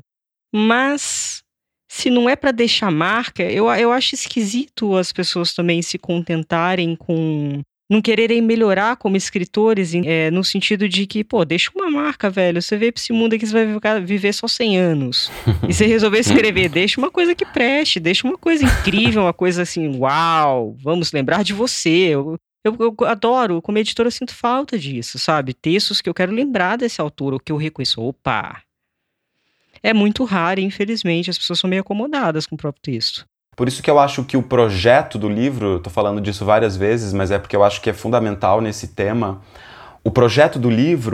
Mas, se não é para deixar marca, eu, eu acho esquisito as pessoas também se contentarem com... não quererem melhorar como escritores, é, no sentido de que, pô, deixa uma marca, velho. Você veio pra esse mundo aqui, você vai ficar, viver só cem anos. E você resolver escrever, deixa uma coisa que preste, deixa uma coisa incrível, uma coisa assim, uau, vamos lembrar de você. Eu, eu, eu adoro, como editor eu sinto falta disso, sabe? Textos que eu quero lembrar desse autor, ou que eu reconheço. Opa! É muito raro, e, infelizmente, as pessoas são meio acomodadas com o próprio texto. Por isso que eu acho que o projeto do livro, estou falando disso várias vezes, mas é porque eu acho que é fundamental nesse tema, o projeto do livro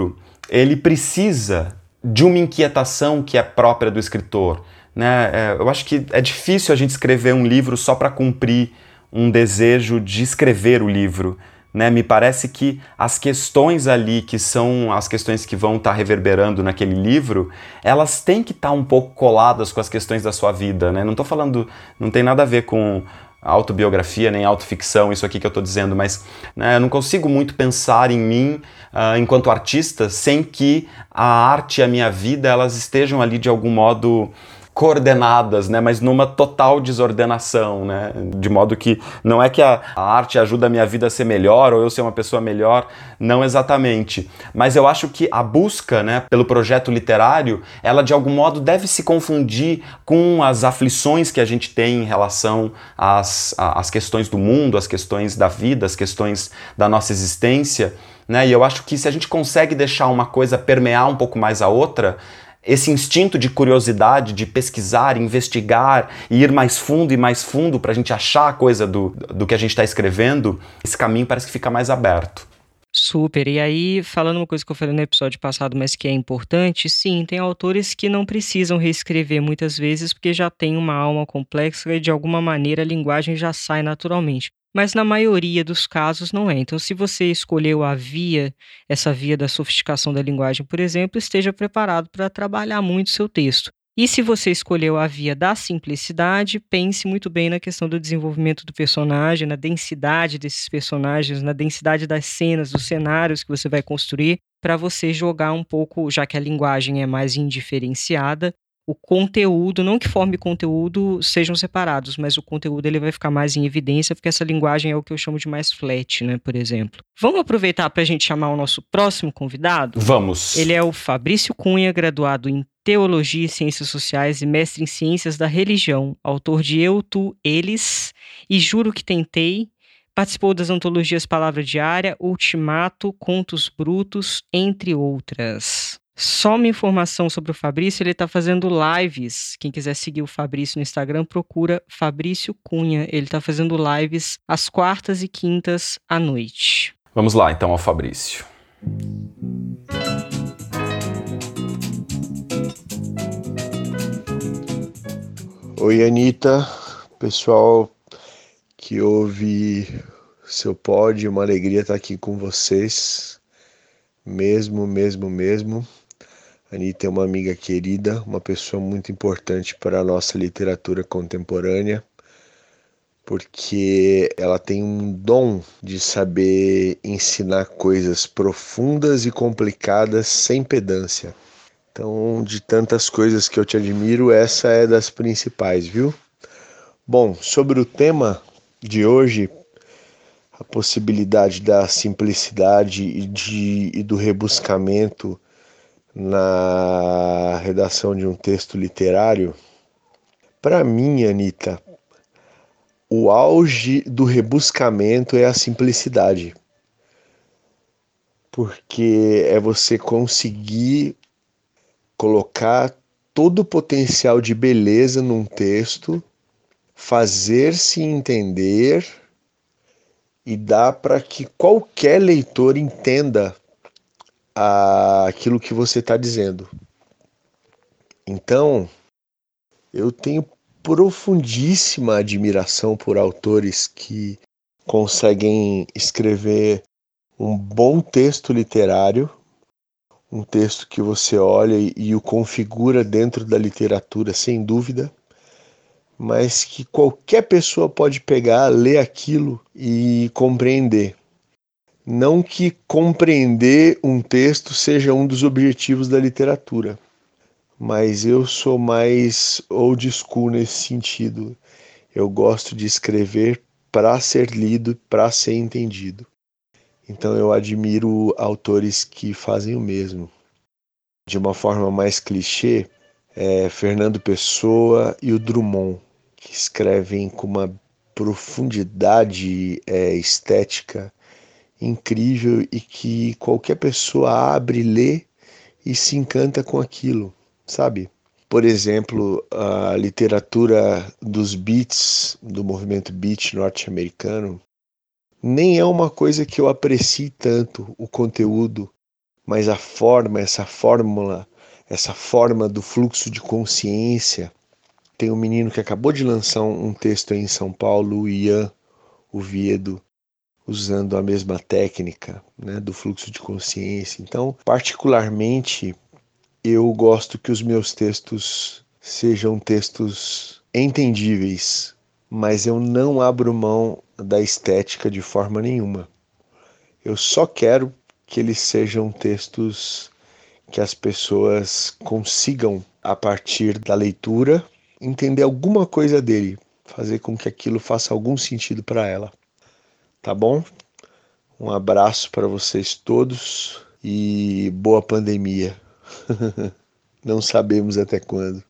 ele precisa de uma inquietação que é própria do escritor, né? É, eu acho que é difícil a gente escrever um livro só para cumprir um desejo de escrever o livro, né? Me parece que as questões ali, que são as questões que vão estar reverberando naquele livro, elas têm que estar um pouco coladas com as questões da sua vida, né? Não estou falando, não tem nada a ver com autobiografia, nem autoficção, isso aqui que eu estou dizendo, mas né, eu não consigo muito pensar em mim uh, enquanto artista sem que a arte e a minha vida elas estejam ali de algum modo coordenadas, né, mas numa total desordenação, né, de modo que não é que a, a arte ajuda a minha vida a ser melhor ou eu ser uma pessoa melhor, não exatamente, mas eu acho que a busca, né, pelo projeto literário, ela de algum modo deve se confundir com as aflições que a gente tem em relação às, às questões do mundo, às questões da vida, às questões da nossa existência, né, e eu acho que se a gente consegue deixar uma coisa permear um pouco mais a outra, esse instinto de curiosidade, de pesquisar, investigar e ir mais fundo e mais fundo para a gente achar a coisa do, do que a gente está escrevendo, esse caminho parece que fica mais aberto. Super, e aí falando uma coisa que eu falei no episódio passado, mas que é importante, sim, tem autores que não precisam reescrever muitas vezes porque já tem uma alma complexa e de alguma maneira a linguagem já sai naturalmente. Mas na maioria dos casos não é. Então, se você escolheu a via, essa via da sofisticação da linguagem, por exemplo, esteja preparado para trabalhar muito seu texto. E se você escolheu a via da simplicidade, pense muito bem na questão do desenvolvimento do personagem, na densidade desses personagens, na densidade das cenas, dos cenários que você vai construir, para você jogar um pouco, já que a linguagem é mais indiferenciada, o conteúdo, não que forma e conteúdo sejam separados, mas o conteúdo ele vai ficar mais em evidência, porque essa linguagem é o que eu chamo de mais flat, né, por exemplo. Vamos aproveitar para a gente chamar o nosso próximo convidado? Vamos! Ele é o Fabrício Cunha, graduado em Teologia e Ciências Sociais e mestre em Ciências da Religião, autor de Eu, Tu, Eles e Juro que Tentei. Participou das antologias Palavra Diária, Ultimato, Contos Brutos, entre outras. Só uma informação sobre o Fabrício, ele está fazendo lives. Quem quiser seguir o Fabrício no Instagram, procura Fabrício Cunha. Ele está fazendo lives às quartas e quintas à noite. Vamos lá, então, ao Fabrício. Oi, Anitta. Pessoal que ouve seu pod, uma alegria estar aqui com vocês. Mesmo, mesmo, mesmo. A Anitta é uma amiga querida, uma pessoa muito importante para a nossa literatura contemporânea, porque ela tem um dom de saber ensinar coisas profundas e complicadas sem pedância. Então, de tantas coisas que eu te admiro, essa é das principais, viu? Bom, sobre o tema de hoje, a possibilidade da simplicidade e, de, e do rebuscamento na redação de um texto literário, para mim, Anitta, o auge do rebuscamento é a simplicidade, porque é você conseguir colocar todo o potencial de beleza num texto, fazer-se entender e dar para que qualquer leitor entenda aquilo que você está dizendo. Então, eu tenho profundíssima admiração por autores que conseguem escrever um bom texto literário, um texto que você olha e, e o configura dentro da literatura, sem dúvida, mas que qualquer pessoa pode pegar, ler aquilo e compreender. Não que compreender um texto seja um dos objetivos da literatura, mas eu sou mais old school nesse sentido. Eu gosto de escrever para ser lido, para ser entendido. Então eu admiro autores que fazem o mesmo. De uma forma mais clichê, é Fernando Pessoa e o Drummond, que escrevem com uma profundidade é, estética incrível e que qualquer pessoa abre, lê e se encanta com aquilo, sabe? Por exemplo, a literatura dos beats, do movimento beat norte-americano, nem é uma coisa que eu aprecie tanto o conteúdo, mas a forma, essa fórmula, essa forma do fluxo de consciência. Tem um menino que acabou de lançar um texto aí em São Paulo, o Ian Oviedo, usando a mesma técnica, né, do fluxo de consciência. Então, particularmente, eu gosto que os meus textos sejam textos entendíveis, mas eu não abro mão da estética de forma nenhuma. Eu só quero que eles sejam textos que as pessoas consigam, a partir da leitura, entender alguma coisa dele, fazer com que aquilo faça algum sentido para ela. Tá bom? Um abraço para vocês todos e boa pandemia. Não sabemos até quando.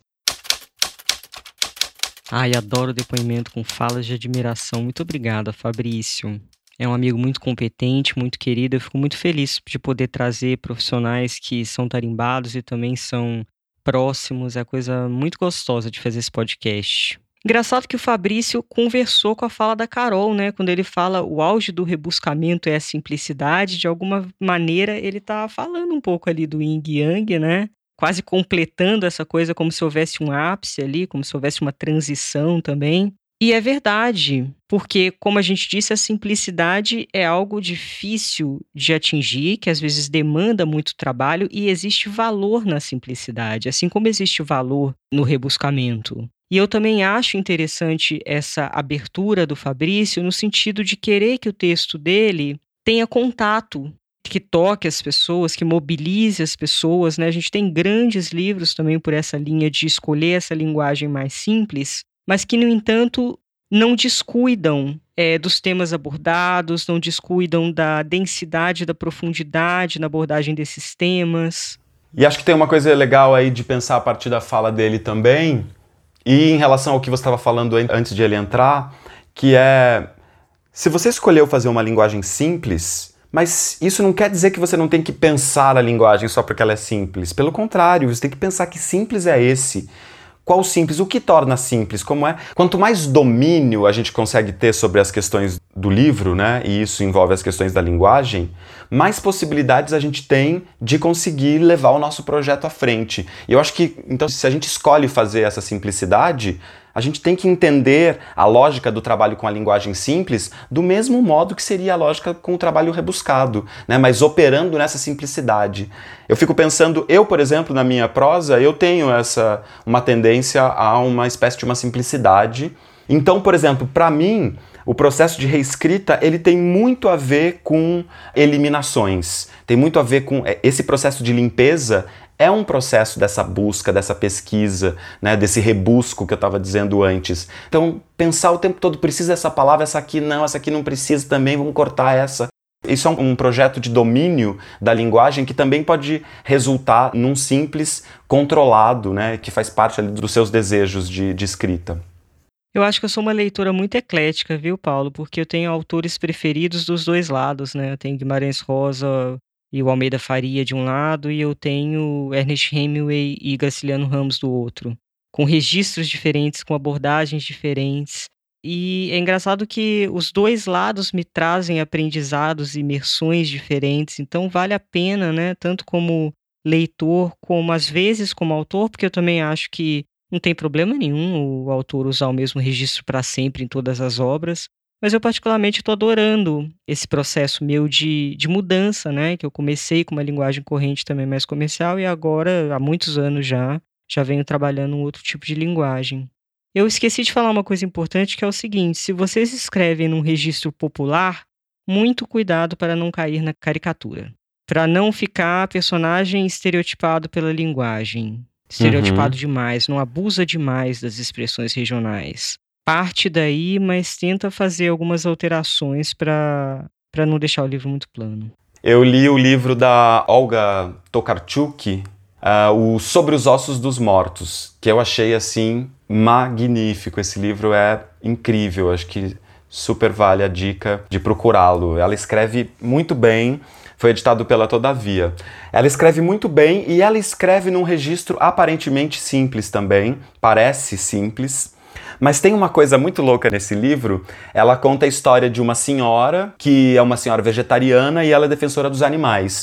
Ai, adoro o depoimento com falas de admiração. Muito obrigada, Fabrício. É um amigo muito competente, muito querido. Eu fico muito feliz de poder trazer profissionais que são tarimbados e também são próximos. É coisa muito gostosa de fazer esse podcast. Engraçado que o Fabrício conversou com a fala da Carol, né? Quando ele fala o auge do rebuscamento é a simplicidade, de alguma maneira ele tá falando um pouco ali do yin e yang, né? Quase completando essa coisa como se houvesse um ápice ali, como se houvesse uma transição também. E é verdade, porque, como a gente disse, a simplicidade é algo difícil de atingir, que às vezes demanda muito trabalho, e existe valor na simplicidade, assim como existe valor no rebuscamento. E eu também acho interessante essa abertura do Fabrício no sentido de querer que o texto dele tenha contato, que toque as pessoas, que mobilize as pessoas, né? A gente tem grandes livros também por essa linha de escolher essa linguagem mais simples, mas que, no entanto, não descuidam é, dos temas abordados, não descuidam da densidade, da profundidade na abordagem desses temas. E acho que tem uma coisa legal aí de pensar a partir da fala dele também, e em relação ao que você estava falando antes de ele entrar, que é, se você escolheu fazer uma linguagem simples, mas isso não quer dizer que você não tem que pensar a linguagem só porque ela é simples. Pelo contrário, você tem que pensar que simples é esse. Qual simples? O que torna simples? Como é? Quanto mais domínio a gente consegue ter sobre as questões do livro, né, e isso envolve as questões da linguagem, mais possibilidades a gente tem de conseguir levar o nosso projeto à frente. E eu acho que, então, se a gente escolhe fazer essa simplicidade, a gente tem que entender a lógica do trabalho com a linguagem simples do mesmo modo que seria a lógica com o trabalho rebuscado, né? Mas operando nessa simplicidade. Eu fico pensando, eu, por exemplo, na minha prosa, eu tenho essa, uma tendência a uma espécie de uma simplicidade. Então, por exemplo, para mim, o processo de reescrita, ele tem muito a ver com eliminações, tem muito a ver com esse processo de limpeza. É um processo dessa busca, dessa pesquisa, né, desse rebusco que eu estava dizendo antes. Então, pensar o tempo todo, precisa dessa palavra, essa aqui não, essa aqui não precisa também, vamos cortar essa. Isso é um projeto de domínio da linguagem que também pode resultar num simples controlado, né, que faz parte ali dos seus desejos de, de escrita. Eu acho que eu sou uma leitora muito eclética, viu, Paulo? Porque eu tenho autores preferidos dos dois lados, né? Eu tenho Guimarães Rosa e o Almeida Faria de um lado, e eu tenho Ernest Hemingway e Graciliano Ramos do outro, com registros diferentes, com abordagens diferentes. E é engraçado que os dois lados me trazem aprendizados e imersões diferentes, então vale a pena, né, tanto como leitor, como às vezes como autor, porque eu também acho que não tem problema nenhum o autor usar o mesmo registro para sempre em todas as obras. Mas eu particularmente estou adorando esse processo meu de, de mudança, né? Que eu comecei com uma linguagem corrente também mais comercial e agora, há muitos anos já, já venho trabalhando um outro tipo de linguagem. Eu esqueci de falar uma coisa importante, que é o seguinte: se vocês escrevem num registro popular, muito cuidado para não cair na caricatura. Para não ficar personagem estereotipado pela linguagem. Estereotipado uhum. demais, não abusa demais das expressões regionais. Parte daí, mas tenta fazer algumas alterações para para não deixar o livro muito plano. Eu li o livro da Olga Tokarczuk, uh, o Sobre os Ossos dos Mortos, que eu achei, assim, magnífico. Esse livro é incrível, acho que super vale a dica de procurá-lo. Ela escreve muito bem, foi editado pela Todavia. Ela escreve muito bem e ela escreve num registro aparentemente simples também, parece simples. Mas tem uma coisa muito louca nesse livro. Ela conta a história de uma senhora que é uma senhora vegetariana e ela é defensora dos animais.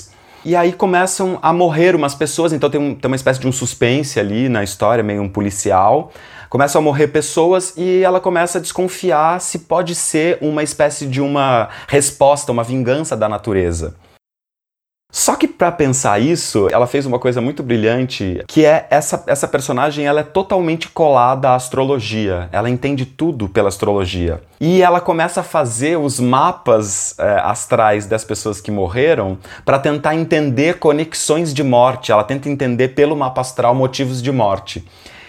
E aí começam a morrer umas pessoas, então tem, um, tem uma espécie de um suspense ali na história, meio um policial. Começam a morrer pessoas e ela começa a desconfiar se pode ser uma espécie de uma resposta, uma vingança da natureza. Só que para pensar isso, ela fez uma coisa muito brilhante, que é essa, essa personagem, ela é totalmente colada à astrologia. Ela entende tudo pela astrologia. E ela começa a fazer os mapas é, astrais das pessoas que morreram para tentar entender conexões de morte. Ela tenta entender pelo mapa astral motivos de morte.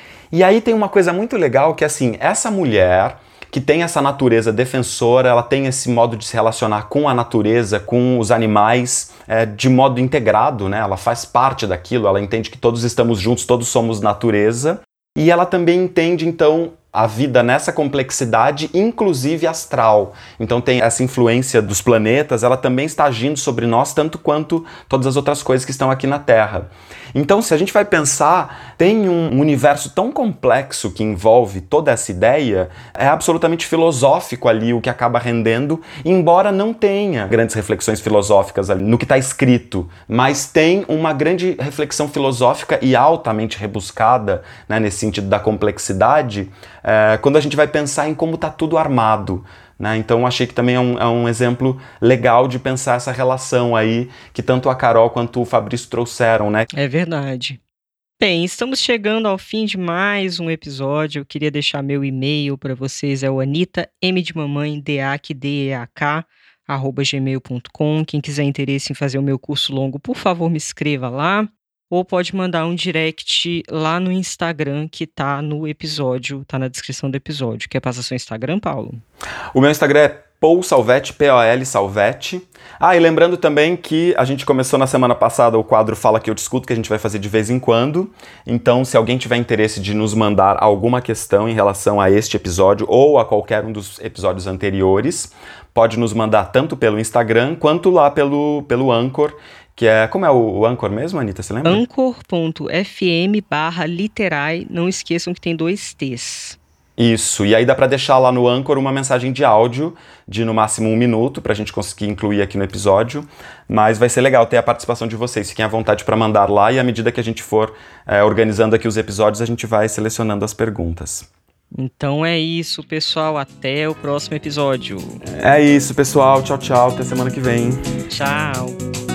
E aí tem uma coisa muito legal que, assim, essa mulher que tem essa natureza defensora, ela tem esse modo de se relacionar com a natureza, com os animais, é, de modo integrado, né? Ela faz parte daquilo, ela entende que todos estamos juntos, todos somos natureza. E ela também entende, então, a vida nessa complexidade, inclusive astral. Então tem essa influência dos planetas, ela também está agindo sobre nós, tanto quanto todas as outras coisas que estão aqui na Terra. Então, se a gente vai pensar, tem um universo tão complexo que envolve toda essa ideia, é absolutamente filosófico ali o que acaba rendendo, embora não tenha grandes reflexões filosóficas ali no que está escrito, mas tem uma grande reflexão filosófica e altamente rebuscada, né, nesse sentido da complexidade, é, quando a gente vai pensar em como está tudo armado. Né? Então achei que também é um, é um exemplo legal de pensar essa relação aí que tanto a Carol quanto o Fabrício trouxeram, né? É verdade. Bem, estamos chegando ao fim de mais um episódio. Eu queria deixar meu e-mail para vocês, é o anita m de mamãe deac d e a k arroba gmail ponto com. Quem quiser interesse em fazer o meu curso longo, por favor, me escreva lá. Ou pode mandar um direct lá no Instagram que tá no episódio, tá na descrição do episódio. Quer passar seu Instagram, Paulo? O meu Instagram é Paul Salvetti, P O L Salvetti. Ah, e lembrando também que a gente começou na semana passada o quadro Fala Que Eu Discuto, que a gente vai fazer de vez em quando. Então, se alguém tiver interesse de nos mandar alguma questão em relação a este episódio ou a qualquer um dos episódios anteriores, pode nos mandar tanto pelo Instagram quanto lá pelo, pelo Anchor, que é... Como é o, o Anchor mesmo, Anitta? Você lembra? Anchor ponto f m barra literai. Não esqueçam que tem dois T's. Isso, e aí dá para deixar lá no Anchor uma mensagem de áudio de no máximo um minuto pra gente conseguir incluir aqui no episódio, mas vai ser legal ter a participação de vocês, fiquem à vontade para mandar lá e à medida que a gente for é, organizando aqui os episódios, a gente vai selecionando as perguntas. Então é isso, pessoal, até o próximo episódio. É isso, pessoal, tchau, tchau, até semana que vem. Tchau.